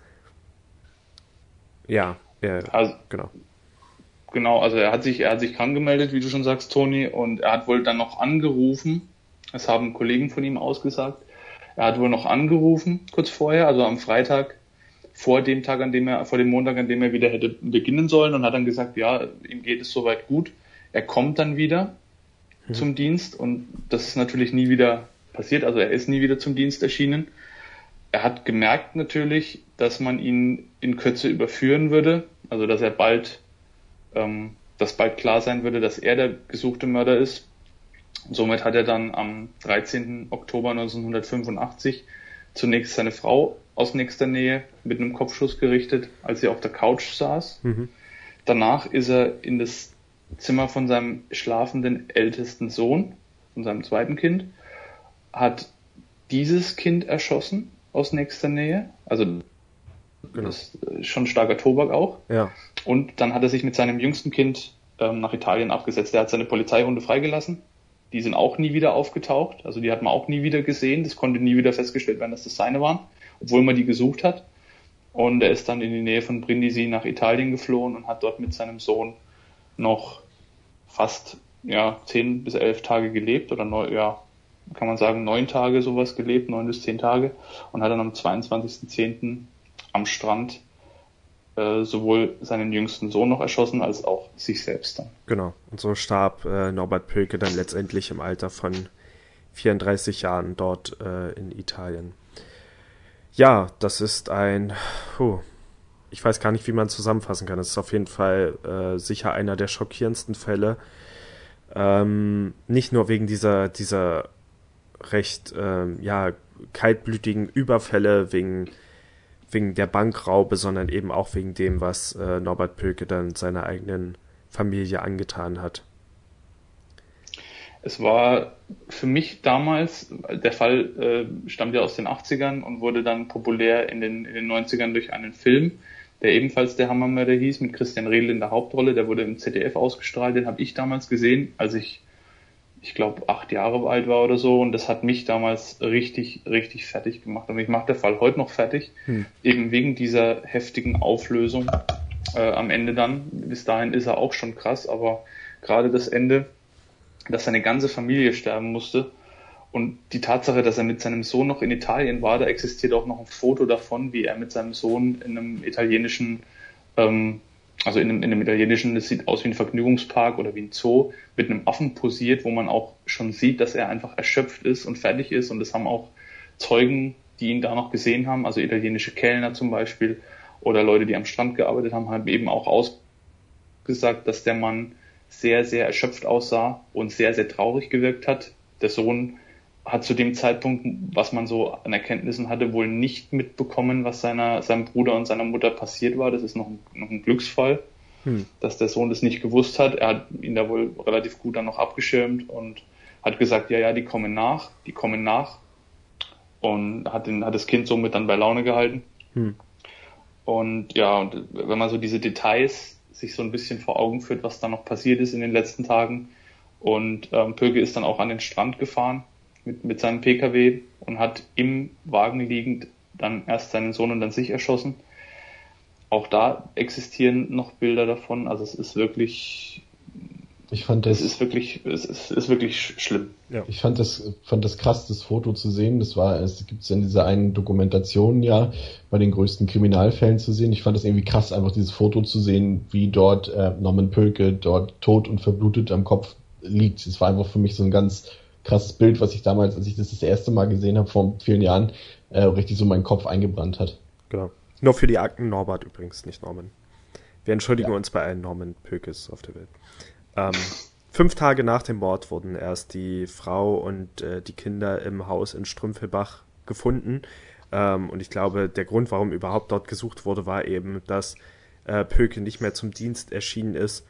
Ja, er, also, genau. Genau, also er hat sich, er hat sich krank gemeldet, wie du schon sagst, Toni, und er hat wohl dann noch angerufen. Das haben Kollegen von ihm ausgesagt. Er hat wohl noch angerufen, kurz vorher, also am Freitag, vor dem Tag, an dem er, vor dem Montag, an dem er wieder hätte beginnen sollen, und hat dann gesagt, ja, ihm geht es soweit gut. Er kommt dann wieder hm. zum Dienst, und das ist natürlich nie wieder passiert, also er ist nie wieder zum Dienst erschienen. Er hat gemerkt natürlich, dass man ihn in Kürze überführen würde, also dass er bald, ähm, dass bald klar sein würde, dass er der gesuchte Mörder ist. Und somit hat er dann am dreizehnten Oktober neunzehnhundertfünfundachtzig zunächst seine Frau aus nächster Nähe mit einem Kopfschuss gerichtet, als sie auf der Couch saß. Mhm. Danach ist er in das Zimmer von seinem schlafenden ältesten Sohn, von seinem zweiten Kind, hat dieses Kind erschossen aus nächster Nähe. Also genau. Das ist schon starker Tobak auch. Ja. Und dann hat er sich mit seinem jüngsten Kind ähm, nach Italien abgesetzt. Er hat seine Polizeihunde freigelassen. Die sind auch nie wieder aufgetaucht. Also die hat man auch nie wieder gesehen. Das konnte nie wieder festgestellt werden, dass das seine waren, obwohl man die gesucht hat. Und er ist dann in die Nähe von Brindisi nach Italien geflohen und hat dort mit seinem Sohn noch fast ja zehn bis elf Tage gelebt oder neun, ja kann man sagen neun Tage sowas gelebt, neun bis zehn Tage, und hat dann am zweiundzwanzigsten zehnten am Strand äh, sowohl seinen jüngsten Sohn noch erschossen, als auch sich selbst dann. Genau, und so starb äh, Norbert Pölke dann letztendlich im Alter von vierunddreißig Jahren dort äh, in Italien. Ja, das ist ein, puh, ich weiß gar nicht, wie man es zusammenfassen kann. Es ist auf jeden Fall äh, sicher einer der schockierendsten Fälle. Ähm, nicht nur wegen dieser, dieser recht ähm, ja, kaltblütigen Überfälle, wegen wegen der Bankraube, sondern eben auch wegen dem, was äh, Norbert Pölke dann seiner eigenen Familie angetan hat. Es war für mich damals, der Fall äh, stammt ja aus den achtzigern und wurde dann populär in den, in den neunzigern durch einen Film, der ebenfalls der Hammermörder hieß, mit Christian Redl in der Hauptrolle. Der wurde im Z D F ausgestrahlt, den habe ich damals gesehen, als ich, ich glaube, acht Jahre alt war oder so, und das hat mich damals richtig, richtig fertig gemacht. Und mich macht der Fall heute noch fertig, hm. eben wegen dieser heftigen Auflösung äh, am Ende dann. Bis dahin ist er auch schon krass, aber gerade das Ende, dass seine ganze Familie sterben musste, und die Tatsache, dass er mit seinem Sohn noch in Italien war, da existiert auch noch ein Foto davon, wie er mit seinem Sohn in einem italienischen ähm, also in einem, in einem italienischen, das sieht aus wie ein Vergnügungspark oder wie ein Zoo, mit einem Affen posiert, wo man auch schon sieht, dass er einfach erschöpft ist und fertig ist. Und das haben auch Zeugen, die ihn da noch gesehen haben, also italienische Kellner zum Beispiel oder Leute, die am Strand gearbeitet haben, haben eben auch ausgesagt, dass der Mann sehr, sehr erschöpft aussah und sehr, sehr traurig gewirkt hat. Der Sohn hat zu dem Zeitpunkt, was man so an Erkenntnissen hatte, wohl nicht mitbekommen, was seiner, seinem Bruder und seiner Mutter passiert war. Das ist noch ein, noch ein Glücksfall, hm. dass der Sohn das nicht gewusst hat. Er hat ihn da wohl relativ gut dann noch abgeschirmt und hat gesagt, ja, ja, die kommen nach, die kommen nach. Und hat, den, hat das Kind somit dann bei Laune gehalten. Hm. Und ja, und wenn man so diese Details sich so ein bisschen vor Augen führt, was da noch passiert ist in den letzten Tagen. Und ähm, Pölke ist dann auch an den Strand gefahren mit, mit seinem P K W und hat im Wagen liegend dann erst seinen Sohn und dann sich erschossen. auch da existieren noch Bilder davon. Also es ist wirklich, ich fand das, es ist wirklich, es ist, ist wirklich schlimm. Ja. Ich fand das, fand das krass, das Foto zu sehen. Das war, es gibt es in dieser einen Dokumentation ja bei den größten Kriminalfällen zu sehen. Ich fand das irgendwie krass, einfach dieses Foto zu sehen, wie dort äh, Norman Pöhlke dort tot und verblutet am Kopf liegt. Es war einfach für mich so ein ganz krasses Bild, was ich damals, als ich das das erste Mal gesehen habe, vor vielen Jahren, äh, richtig so meinen Kopf eingebrannt hat. Genau. Nur für die Akten Norbert übrigens, nicht Norman. Wir entschuldigen ja. uns bei allen Norman Pöhlkes auf der Welt. Ähm, fünf Tage nach dem Mord wurden erst die Frau und äh, die Kinder im Haus in Strümpfelbach gefunden. Ähm, und ich glaube, der Grund, warum überhaupt dort gesucht wurde, war eben, dass äh, Pöhlke nicht mehr zum Dienst erschienen ist.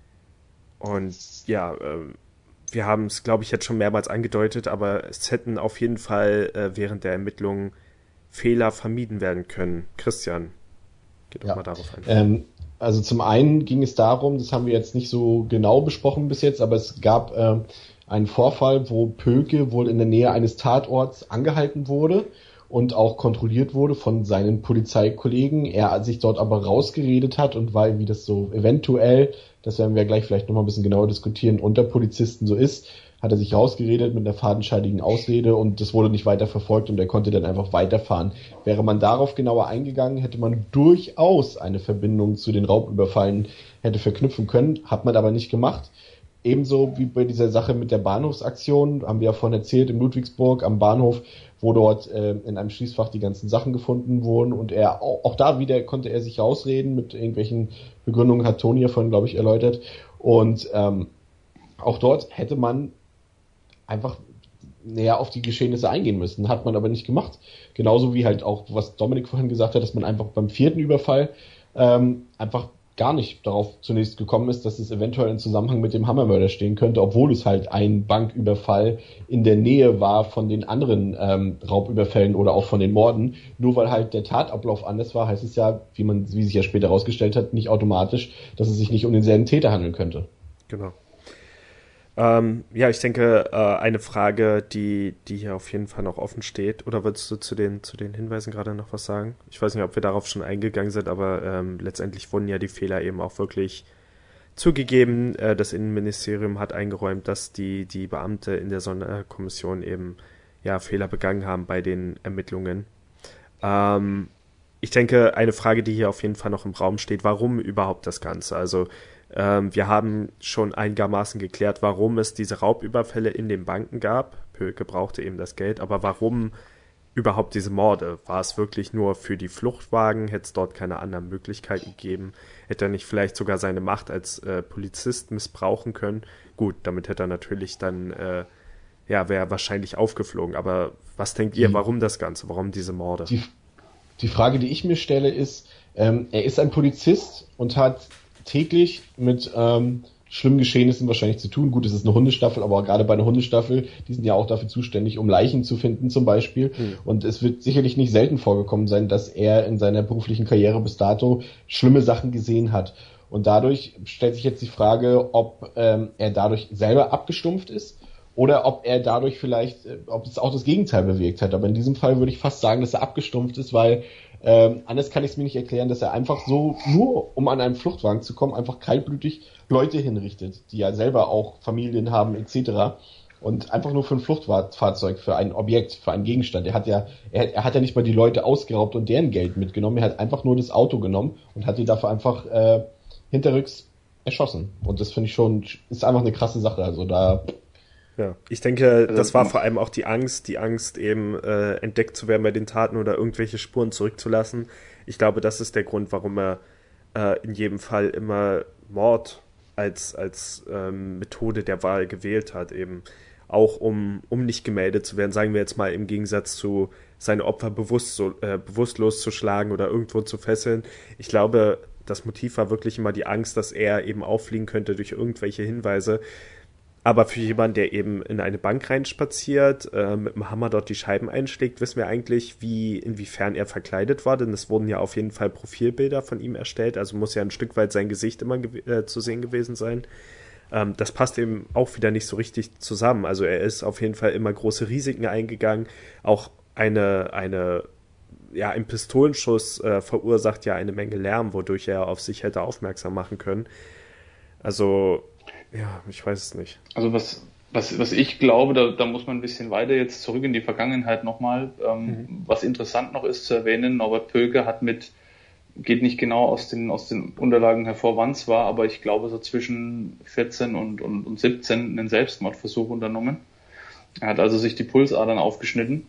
Und ja, äh, wir haben es, glaube ich, jetzt schon mehrmals angedeutet, aber es hätten auf jeden Fall äh, während der Ermittlungen Fehler vermieden werden können. Christian, geh doch ja. mal darauf ein. Ähm, also zum einen ging es darum, das haben wir jetzt nicht so genau besprochen bis jetzt, aber es gab äh, einen Vorfall, wo Pöhlke wohl in der Nähe eines Tatorts angehalten wurde und auch kontrolliert wurde von seinen Polizeikollegen. Er sich dort aber rausgeredet hat und weil, wie das so eventuell, das werden wir gleich vielleicht nochmal ein bisschen genauer diskutieren, unter Polizisten so ist, hat er sich rausgeredet mit einer fadenscheinigen Ausrede und das wurde nicht weiter verfolgt und er konnte dann einfach weiterfahren. Wäre man darauf genauer eingegangen, hätte man durchaus eine Verbindung zu den Raubüberfallen hätte verknüpfen können, hat man aber nicht gemacht. Ebenso wie bei dieser Sache mit der Bahnhofsaktion, haben wir ja vorhin erzählt, in Ludwigsburg am Bahnhof, wo dort äh, in einem Schließfach die ganzen Sachen gefunden wurden und er, auch, auch da wieder konnte er sich rausreden mit irgendwelchen Begründungen, hat Toni ja vorhin, glaube ich, erläutert. Und ähm, auch dort hätte man einfach näher auf die Geschehnisse eingehen müssen, hat man aber nicht gemacht. Genauso wie halt auch, was Dominik vorhin gesagt hat, dass man einfach beim vierten Überfall ähm, einfach gar nicht darauf zunächst gekommen ist, dass es eventuell in Zusammenhang mit dem Hammermörder stehen könnte, obwohl es halt ein Banküberfall in der Nähe war von den anderen ähm, Raubüberfällen oder auch von den Morden. Nur weil halt der Tatablauf anders war, heißt es ja, wie man, wie sich ja später herausgestellt hat, nicht automatisch, dass es sich nicht um denselben Täter handeln könnte. Genau. Ähm, ja, ich denke, äh, eine Frage, die, die hier auf jeden Fall noch offen steht, oder würdest du zu den, zu den Hinweisen gerade noch was sagen? Ich weiß nicht, ob wir darauf schon eingegangen sind, aber ähm, letztendlich wurden ja die Fehler eben auch wirklich zugegeben. Äh, das Innenministerium hat eingeräumt, dass die, die Beamte in der Sonderkommission eben ja Fehler begangen haben bei den Ermittlungen. Ähm, ich denke, eine Frage, die hier auf jeden Fall noch im Raum steht, warum überhaupt das Ganze? Also Ähm, wir haben schon einigermaßen geklärt, warum es diese Raubüberfälle in den Banken gab. Pöhlke brauchte eben das Geld, aber warum überhaupt diese Morde? War es wirklich nur für die Fluchtwagen? Hätte es dort keine anderen Möglichkeiten gegeben? Hätte er nicht vielleicht sogar seine Macht als äh, Polizist missbrauchen können? Gut, damit hätte er natürlich dann, äh, ja, wäre wahrscheinlich aufgeflogen. Aber was denkt ihr, warum das Ganze? Warum diese Morde? Die, die Frage, die ich mir stelle, ist, ähm, er ist ein Polizist und hat täglich mit ähm, schlimmen Geschehnissen wahrscheinlich zu tun. Gut, es ist eine Hundestaffel, aber gerade bei einer Hundestaffel, die sind ja auch dafür zuständig, um Leichen zu finden zum Beispiel. Hm. Und es wird sicherlich nicht selten vorgekommen sein, dass er in seiner beruflichen Karriere bis dato schlimme Sachen gesehen hat. Und dadurch stellt sich jetzt die Frage, ob ähm, er dadurch selber abgestumpft ist oder ob er dadurch vielleicht, äh, ob es auch das Gegenteil bewirkt hat. Aber in diesem Fall würde ich fast sagen, dass er abgestumpft ist, weil Ähm, anders kann ich es mir nicht erklären, dass er einfach so, nur um an einen Fluchtwagen zu kommen, einfach kaltblütig Leute hinrichtet, die ja selber auch Familien haben et cetera. Und einfach nur für ein Fluchtfahrzeug, für ein Objekt, für einen Gegenstand. Er hat ja, er, er hat ja nicht mal die Leute ausgeraubt und deren Geld mitgenommen. Er hat einfach nur das Auto genommen und hat die dafür einfach äh, hinterrücks erschossen. Und das finde ich schon, ist einfach eine krasse Sache. Also da Ja, ich denke, das war vor allem auch die Angst, die Angst eben äh, entdeckt zu werden bei den Taten oder irgendwelche Spuren zurückzulassen. Ich glaube, das ist der Grund, warum er äh, in jedem Fall immer Mord als als ähm, Methode der Wahl gewählt hat, eben auch um um nicht gemeldet zu werden, sagen wir jetzt mal im Gegensatz zu seine Opfer bewusst so, äh, bewusstlos zu schlagen oder irgendwo zu fesseln. Ich glaube, das Motiv war wirklich immer die Angst, dass er eben auffliegen könnte durch irgendwelche Hinweise. Aber für jemanden, der eben in eine Bank reinspaziert, äh, mit dem Hammer dort die Scheiben einschlägt, wissen wir eigentlich, wie inwiefern er verkleidet war, denn es wurden ja auf jeden Fall Profilbilder von ihm erstellt, also muss ja ein Stück weit sein Gesicht immer ge- äh, zu sehen gewesen sein. Ähm, das passt eben auch wieder nicht so richtig zusammen. Also er ist auf jeden Fall immer große Risiken eingegangen, auch eine, eine ja, ein Pistolenschuss äh, verursacht ja eine Menge Lärm, wodurch er auf sich hätte aufmerksam machen können. Also, ja, ich weiß es nicht. Also was, was, was ich glaube, da, da muss man ein bisschen weiter jetzt zurück in die Vergangenheit nochmal. Ähm, mhm. Was interessant noch ist zu erwähnen, Norbert Pölke hat mit, geht nicht genau aus den, aus den Unterlagen hervor, wann es war, aber ich glaube so zwischen vierzehn und, und, und siebzehn einen Selbstmordversuch unternommen. Er hat also sich die Pulsadern aufgeschnitten.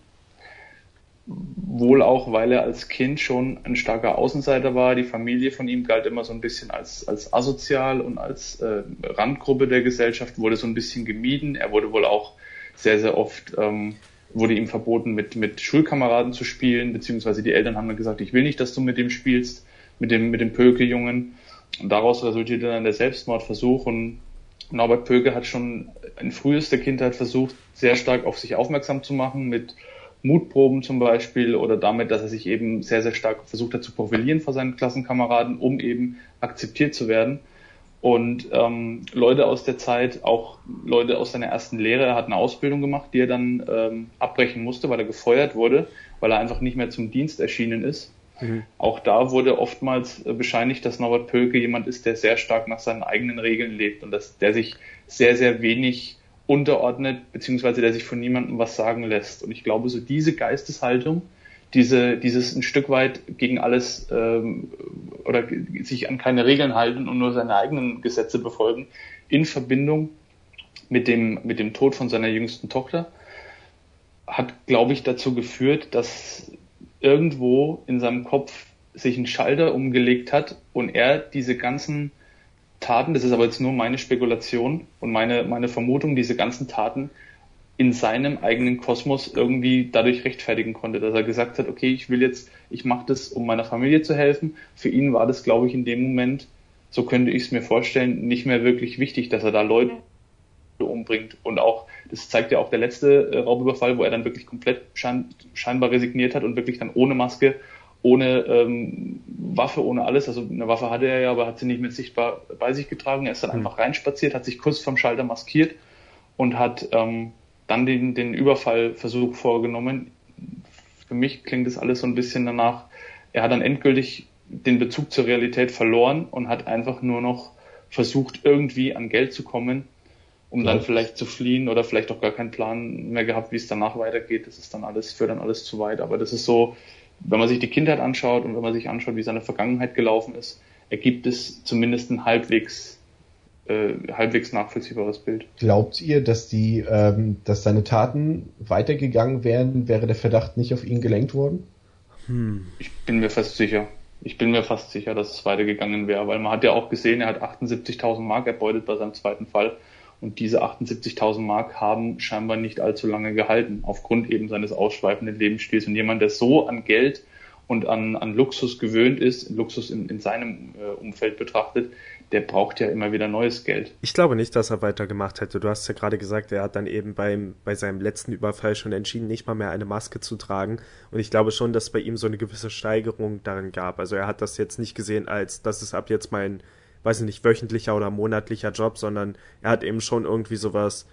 Wohl auch, weil er als Kind schon ein starker Außenseiter war. Die Familie von ihm galt immer so ein bisschen als, als asozial und als äh, Randgruppe der Gesellschaft, wurde so ein bisschen gemieden. Er wurde wohl auch sehr, sehr oft, ähm, wurde ihm verboten, mit, mit Schulkameraden zu spielen, beziehungsweise die Eltern haben dann gesagt, ich will nicht, dass du mit dem spielst, mit dem, mit dem Pölke-Jungen. Und daraus resultierte dann der Selbstmordversuch. Und Norbert Pölke hat schon in frühester Kindheit versucht, sehr stark auf sich aufmerksam zu machen, mit Mutproben zum Beispiel oder damit, dass er sich eben sehr, sehr stark versucht hat zu profilieren vor seinen Klassenkameraden, um eben akzeptiert zu werden. Und ähm, Leute aus der Zeit, auch Leute aus seiner ersten Lehre, er hat eine Ausbildung gemacht, die er dann ähm, abbrechen musste, weil er gefeuert wurde, weil er einfach nicht mehr zum Dienst erschienen ist. Mhm. Auch da wurde oftmals äh, bescheinigt, dass Norbert Pölke jemand ist, der sehr stark nach seinen eigenen Regeln lebt und dass der sich sehr, sehr wenig unterordnet, beziehungsweise der sich von niemandem was sagen lässt. Und ich glaube, so diese Geisteshaltung, diese, dieses ein Stück weit gegen alles ähm, oder sich an keine Regeln halten und nur seine eigenen Gesetze befolgen, in Verbindung mit dem, mit dem Tod von seiner jüngsten Tochter, hat, glaube ich, dazu geführt, dass irgendwo in seinem Kopf sich ein Schalter umgelegt hat und er diese ganzen Taten, das ist aber jetzt nur meine Spekulation und meine, meine Vermutung, diese ganzen Taten in seinem eigenen Kosmos irgendwie dadurch rechtfertigen konnte, dass er gesagt hat, okay, ich will jetzt, ich mache das, um meiner Familie zu helfen. Für ihn war das, glaube ich, in dem Moment, so könnte ich es mir vorstellen, nicht mehr wirklich wichtig, dass er da Leute umbringt. Und auch, das zeigt ja auch der letzte äh, Raubüberfall, wo er dann wirklich komplett schein, scheinbar resigniert hat und wirklich dann ohne Maske, ohne ähm, Waffe, ohne alles, also eine Waffe hatte er ja, aber hat sie nicht mehr sichtbar bei sich getragen. Er ist dann mhm. einfach reinspaziert, hat sich kurz vom Schalter maskiert und hat ähm, dann den, den Überfallversuch vorgenommen. Für mich klingt das alles so ein bisschen danach, er hat dann endgültig den Bezug zur Realität verloren und hat einfach nur noch versucht, irgendwie an Geld zu kommen, um ja. dann vielleicht zu fliehen oder vielleicht auch gar keinen Plan mehr gehabt, wie es danach weitergeht. Das ist dann alles, führt dann alles zu weit. Aber das ist so, wenn man sich die Kindheit anschaut und wenn man sich anschaut, wie seine Vergangenheit gelaufen ist, ergibt es zumindest ein halbwegs, äh, halbwegs nachvollziehbares Bild. Glaubt ihr, dass die, ähm, dass seine Taten weitergegangen wären, wäre der Verdacht nicht auf ihn gelenkt worden? Hm. Ich bin mir fast sicher. Ich bin mir fast sicher, dass es weitergegangen wäre, weil man hat ja auch gesehen, er hat achtundsiebzigtausend Mark erbeutet bei seinem zweiten Fall. Und diese achtundsiebzigtausend Mark haben scheinbar nicht allzu lange gehalten, aufgrund eben seines ausschweifenden Lebensstils. Und jemand, der so an Geld und an, an Luxus gewöhnt ist, Luxus in, in seinem äh, Umfeld betrachtet, der braucht ja immer wieder neues Geld. Ich glaube nicht, dass er weitergemacht hätte. Du hast ja gerade gesagt, er hat dann eben beim, bei seinem letzten Überfall schon entschieden, nicht mal mehr eine Maske zu tragen. Und ich glaube schon, dass bei ihm so eine gewisse Steigerung darin gab. Also er hat das jetzt nicht gesehen als, das ist ab jetzt mein, weiß ich nicht, wöchentlicher oder monatlicher Job, sondern er hat eben schon irgendwie sowas,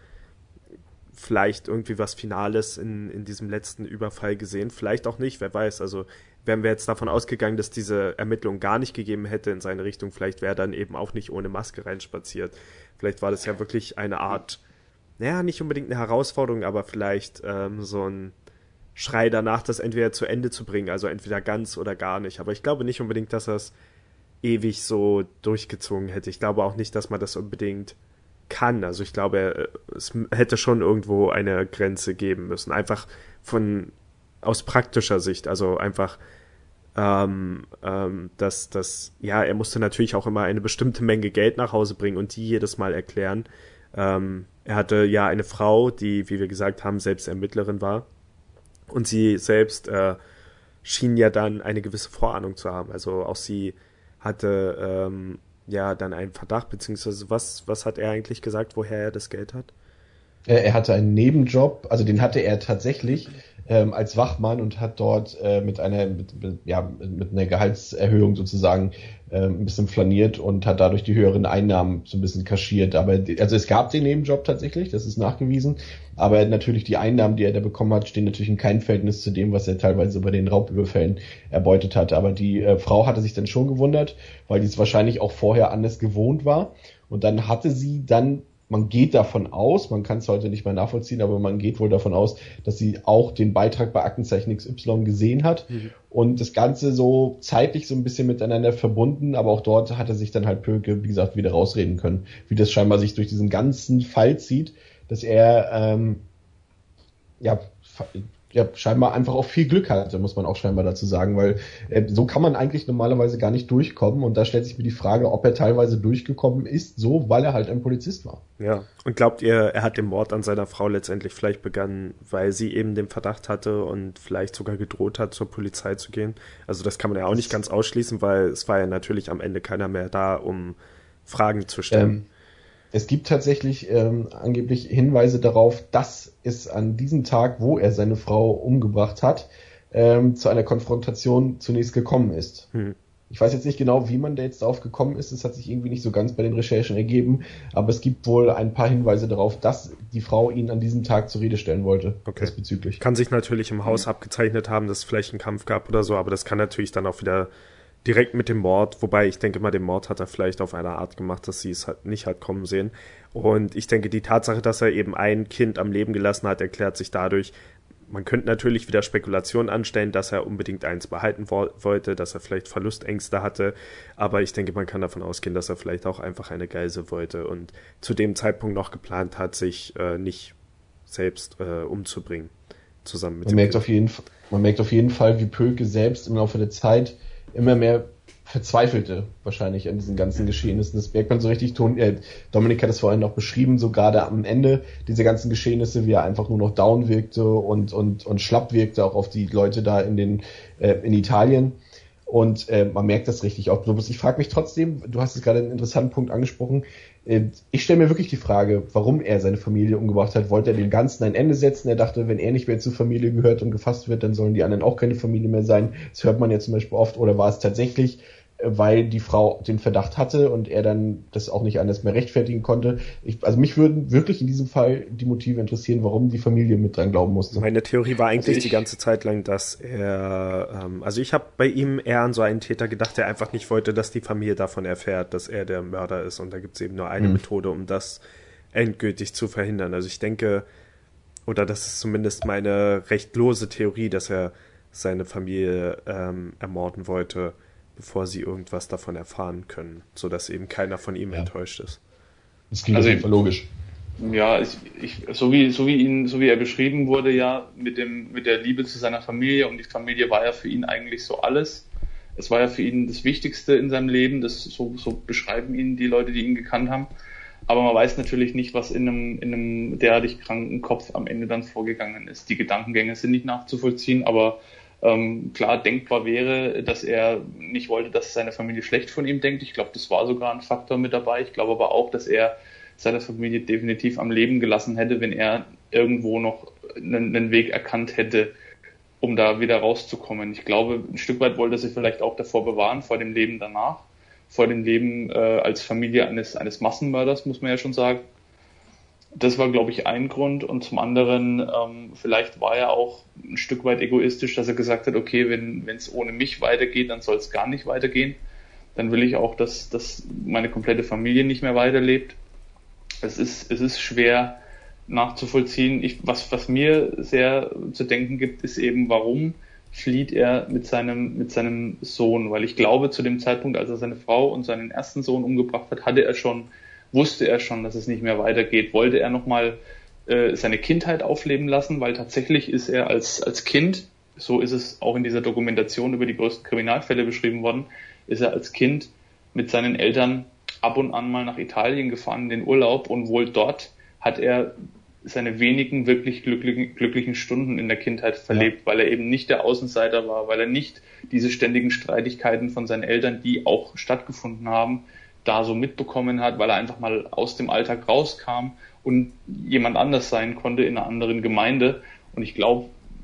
vielleicht irgendwie was Finales in, in diesem letzten Überfall gesehen. Vielleicht auch nicht, wer weiß. Also wären wir jetzt davon ausgegangen, dass diese Ermittlung gar nicht gegeben hätte in seine Richtung, vielleicht wäre er dann eben auch nicht ohne Maske reinspaziert. Vielleicht war das ja wirklich eine Art, naja, nicht unbedingt eine Herausforderung, aber vielleicht ähm, so ein Schrei danach, das entweder zu Ende zu bringen, also entweder ganz oder gar nicht. Aber ich glaube nicht unbedingt, dass er es ewig so durchgezogen hätte. Ich glaube auch nicht, dass man das unbedingt kann. Also ich glaube, es hätte schon irgendwo eine Grenze geben müssen. Einfach von aus praktischer Sicht. Also einfach, ähm, ähm, dass das, ja, er musste natürlich auch immer eine bestimmte Menge Geld nach Hause bringen und die jedes Mal erklären. Ähm, er hatte ja eine Frau, die, wie wir gesagt haben, selbst Ermittlerin war. Und sie selbst äh, schien ja dann eine gewisse Vorahnung zu haben. Also auch sie hatte ähm, ja dann einen Verdacht, beziehungsweise was, was hat er eigentlich gesagt, woher er das Geld hat? Er hatte einen Nebenjob, also den hatte er tatsächlich ähm, als Wachmann und hat dort äh, mit einer mit, mit, ja, mit einer Gehaltserhöhung sozusagen äh, ein bisschen flaniert und hat dadurch die höheren Einnahmen so ein bisschen kaschiert. Aber die, also es gab den Nebenjob tatsächlich, das ist nachgewiesen, aber natürlich die Einnahmen, die er da bekommen hat, stehen natürlich in keinem Verhältnis zu dem, was er teilweise bei den Raubüberfällen erbeutet hat. Aber die äh, Frau hatte sich dann schon gewundert, weil die es wahrscheinlich auch vorher anders gewohnt war. Und dann hatte sie dann, man geht davon aus, man kann es heute nicht mehr nachvollziehen, aber man geht wohl davon aus, dass sie auch den Beitrag bei Aktenzeichen X Y gesehen hat mhm. und das Ganze so zeitlich so ein bisschen miteinander verbunden, aber auch dort hat er sich dann halt Pölke, wie gesagt, wieder rausreden können, wie das scheinbar sich durch diesen ganzen Fall zieht, dass er ähm, ja, ja scheinbar einfach auch viel Glück hatte, muss man auch scheinbar dazu sagen, weil äh, so kann man eigentlich normalerweise gar nicht durchkommen und da stellt sich mir die Frage, ob er teilweise durchgekommen ist, so weil er halt ein Polizist war. Ja, und glaubt ihr, er hat den Mord an seiner Frau letztendlich vielleicht begangen, weil sie eben den Verdacht hatte und vielleicht sogar gedroht hat, zur Polizei zu gehen? Also das kann man ja auch nicht ganz ausschließen, weil es war ja natürlich am Ende keiner mehr da, um Fragen zu stellen. Ähm, Es gibt tatsächlich ähm, angeblich Hinweise darauf, dass es an diesem Tag, wo er seine Frau umgebracht hat, ähm, zu einer Konfrontation zunächst gekommen ist. Hm. Ich weiß jetzt nicht genau, wie man da jetzt drauf gekommen ist. Es hat sich irgendwie nicht so ganz bei den Recherchen ergeben. Aber es gibt wohl ein paar Hinweise darauf, dass die Frau ihn an diesem Tag zur Rede stellen wollte. Okay. Diesbezüglich. Kann sich natürlich im Haus abgezeichnet haben, dass es vielleicht einen Kampf gab oder so. Aber das kann natürlich dann auch wieder direkt mit dem Mord, wobei ich denke mal, den Mord hat er vielleicht auf eine Art gemacht, dass sie es halt nicht hat kommen sehen. Und ich denke, die Tatsache, dass er eben ein Kind am Leben gelassen hat, erklärt sich dadurch, man könnte natürlich wieder Spekulationen anstellen, dass er unbedingt eins behalten wo- wollte, dass er vielleicht Verlustängste hatte, aber ich denke, man kann davon ausgehen, dass er vielleicht auch einfach eine Geisel wollte und zu dem Zeitpunkt noch geplant hat, sich äh, nicht selbst äh, umzubringen, zusammen mit man dem merkt Kind. Auf jeden, man merkt auf jeden Fall, wie Pölke selbst im Laufe der Zeit immer mehr verzweifelte wahrscheinlich an diesen ganzen Geschehnissen. Das merkt man so richtig. Äh, Dominik hat es vorhin noch beschrieben, so gerade am Ende dieser ganzen Geschehnisse, wie er einfach nur noch down wirkte und und und schlapp wirkte, auch auf die Leute da in den äh, in Italien. Und äh, man merkt das richtig auch. Ich frage mich trotzdem, du hast es gerade einen interessanten Punkt angesprochen, äh, ich stelle mir wirklich die Frage, warum er seine Familie umgebracht hat. Wollte er dem Ganzen ein Ende setzen? Er dachte, wenn er nicht mehr zur Familie gehört und gefasst wird, dann sollen die anderen auch keine Familie mehr sein. Das hört man ja zum Beispiel oft. Oder war es tatsächlich, weil die Frau den Verdacht hatte und er dann das auch nicht anders mehr rechtfertigen konnte. Ich, also mich würden wirklich in diesem Fall die Motive interessieren, warum die Familie mit dran glauben musste. Meine Theorie war eigentlich also die ganze Zeit lang, dass er, ähm, also ich habe bei ihm eher an so einen Täter gedacht, der einfach nicht wollte, dass die Familie davon erfährt, dass er der Mörder ist und da gibt es eben nur eine mhm. Methode, um das endgültig zu verhindern. Also ich denke, oder das ist zumindest meine recht lose Theorie, dass er seine Familie ähm, ermorden wollte, bevor sie irgendwas davon erfahren können, sodass eben keiner von ihm ja. enttäuscht ist. Das klingt also auf jeden Fall logisch. Ja, ich, ich, so wie so wie ihn, so wie er beschrieben wurde, ja, mit dem mit der Liebe zu seiner Familie, und die Familie war ja für ihn eigentlich so alles. Es war ja für ihn das Wichtigste in seinem Leben, das so, so beschreiben ihn die Leute, die ihn gekannt haben. Aber man weiß natürlich nicht, was in einem, in einem derartig kranken Kopf am Ende dann vorgegangen ist. Die Gedankengänge sind nicht nachzuvollziehen, aber Ähm, klar denkbar wäre, dass er nicht wollte, dass seine Familie schlecht von ihm denkt. Ich glaube, das war sogar ein Faktor mit dabei. Ich glaube aber auch, dass er seine Familie definitiv am Leben gelassen hätte, wenn er irgendwo noch einen, einen Weg erkannt hätte, um da wieder rauszukommen. Ich glaube, ein Stück weit wollte er sich vielleicht auch davor bewahren, vor dem Leben danach, vor dem Leben äh, als Familie eines, eines Massenmörders, muss man ja schon sagen. Das war, glaube ich, ein Grund. Und zum anderen, ähm, vielleicht war er auch ein Stück weit egoistisch, dass er gesagt hat, okay, wenn es ohne mich weitergeht, dann soll es gar nicht weitergehen. Dann will ich auch, dass, dass meine komplette Familie nicht mehr weiterlebt. Es ist, es ist schwer nachzuvollziehen. Ich, was, was mir sehr zu denken gibt, ist eben, warum flieht er mit seinem, mit seinem Sohn? Weil ich glaube, zu dem Zeitpunkt, als er seine Frau und seinen ersten Sohn umgebracht hat, hatte er schon wusste er schon, dass es nicht mehr weitergeht, wollte er nochmal äh, seine Kindheit aufleben lassen, weil tatsächlich ist er als, als Kind, so ist es auch in dieser Dokumentation über die größten Kriminalfälle beschrieben worden, ist er als Kind mit seinen Eltern ab und an mal nach Italien gefahren in den Urlaub, und wohl dort hat er seine wenigen wirklich glücklichen, glücklichen Stunden in der Kindheit verlebt, ja. weil er eben nicht der Außenseiter war, weil er nicht diese ständigen Streitigkeiten von seinen Eltern, die auch stattgefunden haben, da so mitbekommen hat, weil er einfach mal aus dem Alltag rauskam und jemand anders sein konnte in einer anderen Gemeinde. Und ich glaube,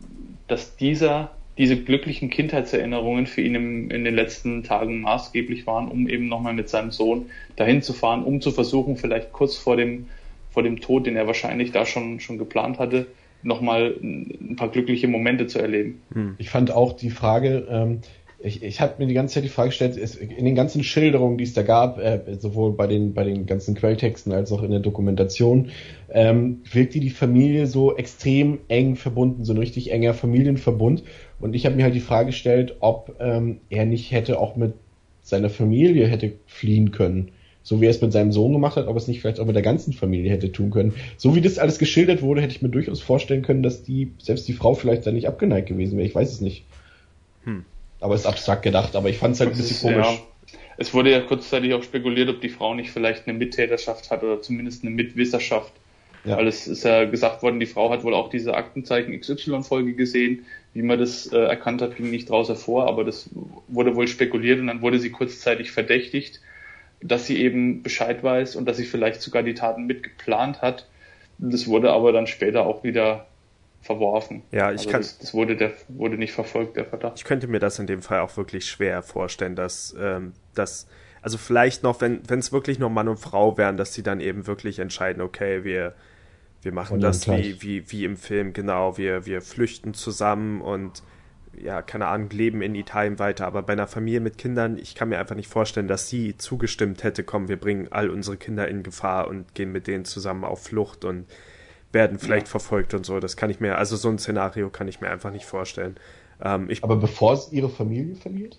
dass dieser, diese glücklichen Kindheitserinnerungen für ihn im, in den letzten Tagen maßgeblich waren, um eben nochmal mit seinem Sohn dahin zu fahren, um zu versuchen, vielleicht kurz vor dem, vor dem Tod, den er wahrscheinlich da schon, schon geplant hatte, nochmal ein paar glückliche Momente zu erleben. Ich fand auch die Frage, ähm, ich, ich habe mir die ganze Zeit die Frage gestellt, es, in den ganzen Schilderungen, die es da gab, äh, sowohl bei den bei den ganzen Quelltexten als auch in der Dokumentation, ähm, wirkte die Familie so extrem eng verbunden, so ein richtig enger Familienverbund. Und ich habe mir halt die Frage gestellt, ob ähm, er nicht hätte auch mit seiner Familie hätte fliehen können. So wie er es mit seinem Sohn gemacht hat, ob er es nicht vielleicht auch mit der ganzen Familie hätte tun können. So wie das alles geschildert wurde, hätte ich mir durchaus vorstellen können, dass die selbst die Frau vielleicht da nicht abgeneigt gewesen wäre. Ich weiß es nicht. Hm. Aber es ist abstrakt gedacht, aber ich fand es halt ein bisschen ist, komisch. Ja, es wurde ja kurzzeitig auch spekuliert, ob die Frau nicht vielleicht eine Mittäterschaft hat oder zumindest eine Mitwisserschaft. Ja. Weil es ist ja gesagt worden, die Frau hat wohl auch diese Aktenzeichen X Y-Folge gesehen. Wie man das äh, erkannt hat, ging nicht draus hervor, aber das wurde wohl spekuliert und dann wurde sie kurzzeitig verdächtigt, dass sie eben Bescheid weiß und dass sie vielleicht sogar die Taten mitgeplant hat. Das wurde aber dann später auch wieder verworfen. Ja, ich also kann. Das, das wurde, der, wurde nicht verfolgt, der Verdacht. Ich könnte mir das in dem Fall auch wirklich schwer vorstellen, dass, ähm, dass also vielleicht noch, wenn wenn es wirklich noch Mann und Frau wären, dass sie dann eben wirklich entscheiden, okay, wir wir machen und das wie, wie wie im Film, genau, wir wir flüchten zusammen und ja, keine Ahnung, leben in Italien weiter, aber bei einer Familie mit Kindern, ich kann mir einfach nicht vorstellen, dass sie zugestimmt hätte, komm, wir bringen all unsere Kinder in Gefahr und gehen mit denen zusammen auf Flucht und werden vielleicht ja. verfolgt und so. Das kann ich mir, also so ein Szenario kann ich mir einfach nicht vorstellen. Ähm, ich, aber bevor es ihre Familie verliert?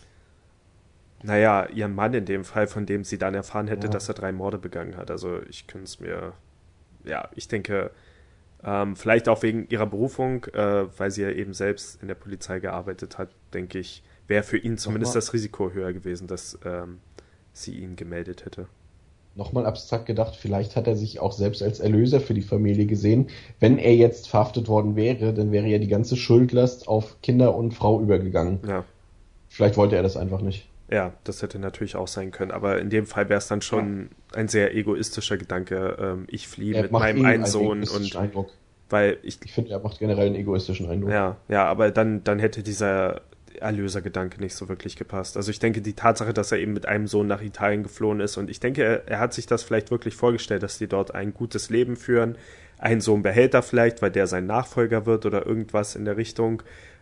Naja, ihren Mann in dem Fall, von dem sie dann erfahren hätte, ja. dass er drei Morde begangen hat. Also ich könnte es mir, ja, ich denke, Ähm, vielleicht auch wegen ihrer Berufung, äh, weil sie ja eben selbst in der Polizei gearbeitet hat, denke ich, wäre für ihn zumindest Nochmal. das Risiko höher gewesen, dass ähm, sie ihn gemeldet hätte. Nochmal abstrakt gedacht, vielleicht hat er sich auch selbst als Erlöser für die Familie gesehen. Wenn er jetzt verhaftet worden wäre, dann wäre ja die ganze Schuldlast auf Kinder und Frau übergegangen. Ja. Vielleicht wollte er das einfach nicht. Ja, das hätte natürlich auch sein können, aber in dem Fall wäre es dann schon ja. ein sehr egoistischer Gedanke. Ähm, ich fliehe mit meinem einen Sohn und Eindruck. weil ich, ich finde, er macht generell einen egoistischen Eindruck. Ja, ja, aber dann dann hätte dieser Erlösergedanke nicht so wirklich gepasst. Also ich denke, die Tatsache, dass er eben mit einem Sohn nach Italien geflohen ist und ich denke, er, er hat sich das vielleicht wirklich vorgestellt, dass die dort ein gutes Leben führen. Ein Sohn behält er vielleicht, weil der sein Nachfolger wird oder irgendwas in der Richtung.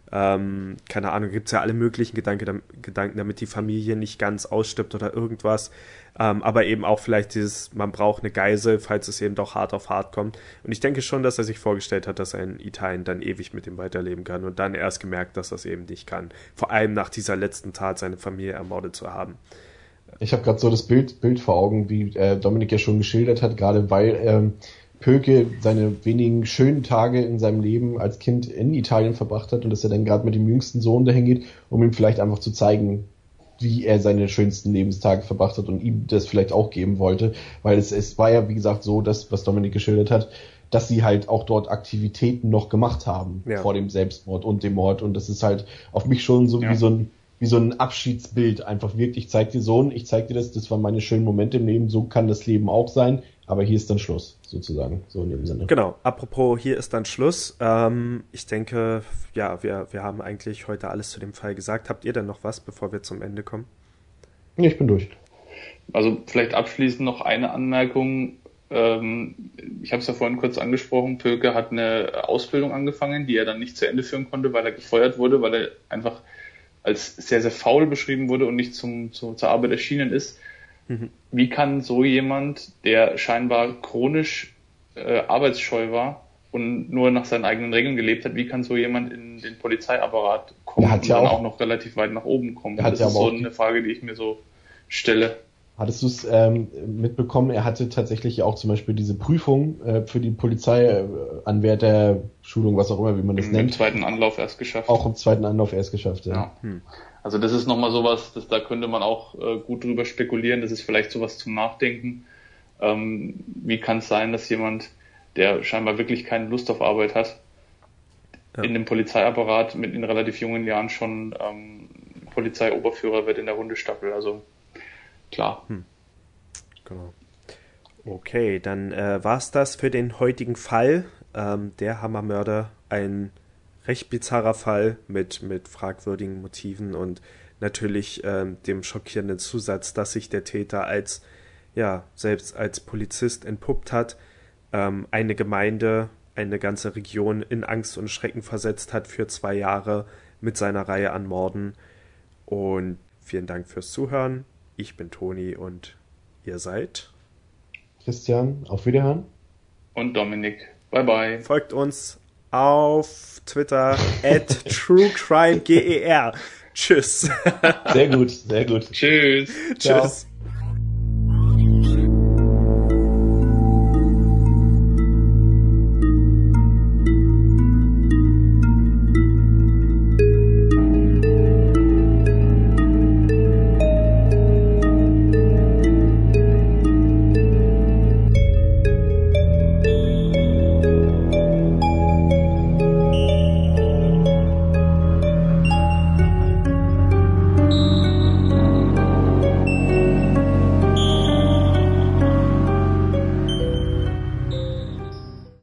Ähm, keine Ahnung, gibt es ja alle möglichen Gedanke, Gedanken, damit die Familie nicht ganz ausstirbt oder irgendwas. Ähm, aber eben auch vielleicht dieses, man braucht eine Geisel, falls es eben doch hart auf hart kommt. Und ich denke schon, dass er sich vorgestellt hat, dass er in Italien dann ewig mit ihm weiterleben kann und dann erst gemerkt, dass er es eben nicht kann. Vor allem nach dieser letzten Tat, seine Familie ermordet zu haben. Ich habe gerade so das Bild, Bild vor Augen, wie äh, Dominik ja schon geschildert hat, gerade weil ähm, Pöke seine wenigen schönen Tage in seinem Leben als Kind in Italien verbracht hat und dass er dann gerade mit dem jüngsten Sohn dahin geht, um ihm vielleicht einfach zu zeigen, wie er seine schönsten Lebenstage verbracht hat und ihm das vielleicht auch geben wollte, weil es, es war ja, wie gesagt, so, dass, was Dominik geschildert hat, dass sie halt auch dort Aktivitäten noch gemacht haben ja. vor dem Selbstmord und dem Mord und das ist halt auf mich schon so ja. wie so ein wie so ein Abschiedsbild, einfach wirklich, ich zeig dir Sohn, ich zeig dir das, das waren meine schönen Momente im Leben, so kann das Leben auch sein, aber hier ist dann Schluss, sozusagen, so in dem Sinne. Genau, apropos, hier ist dann Schluss, ähm, ich denke, ja, wir, wir haben eigentlich heute alles zu dem Fall gesagt. Habt ihr denn noch was, bevor wir zum Ende kommen? Nee, ich bin durch. Also vielleicht abschließend noch eine Anmerkung, ähm, ich habe es ja vorhin kurz angesprochen, Pöke hat eine Ausbildung angefangen, die er dann nicht zu Ende führen konnte, weil er gefeuert wurde, weil er einfach als sehr, sehr faul beschrieben wurde und nicht zum, zu, zur Arbeit erschienen ist. Mhm. Wie kann so jemand, der scheinbar chronisch äh, arbeitsscheu war und nur nach seinen eigenen Regeln gelebt hat, wie kann so jemand in den Polizeiapparat kommen und ja dann auch, auch noch relativ weit nach oben kommen? Das ja ist so die... eine Frage, die ich mir so stelle. Hattest du es ähm, mitbekommen? Er hatte tatsächlich auch zum Beispiel diese Prüfung äh, für die Polizeianwärterschulung, was auch immer, wie man das Im nennt. Im zweiten Anlauf erst geschafft. Auch im zweiten Anlauf erst geschafft, ja. ja. Hm. Also das ist nochmal sowas, das, da könnte man auch äh, gut drüber spekulieren. Das ist vielleicht sowas zum Nachdenken. Ähm, wie kann es sein, dass jemand, der scheinbar wirklich keine Lust auf Arbeit hat, ja. in dem Polizeiapparat mit in relativ jungen Jahren schon ähm, Polizeioberführer wird in der Hundestaffel? Also klar. Hm. Genau. Okay, dann äh, war's das für den heutigen Fall. Ähm, der Hammermörder, ein recht bizarrer Fall mit, mit fragwürdigen Motiven und natürlich ähm, dem schockierenden Zusatz, dass sich der Täter als, ja, selbst als Polizist entpuppt hat, ähm, eine Gemeinde, eine ganze Region in Angst und Schrecken versetzt hat für zwei Jahre mit seiner Reihe an Morden. Und vielen Dank fürs Zuhören. Ich bin Toni und ihr seid Christian. Auf Wiederhören. Und Dominik. Bye bye. Folgt uns auf Twitter at truecrimeger. Tschüss. Sehr gut, sehr gut. Tschüss. Tschüss.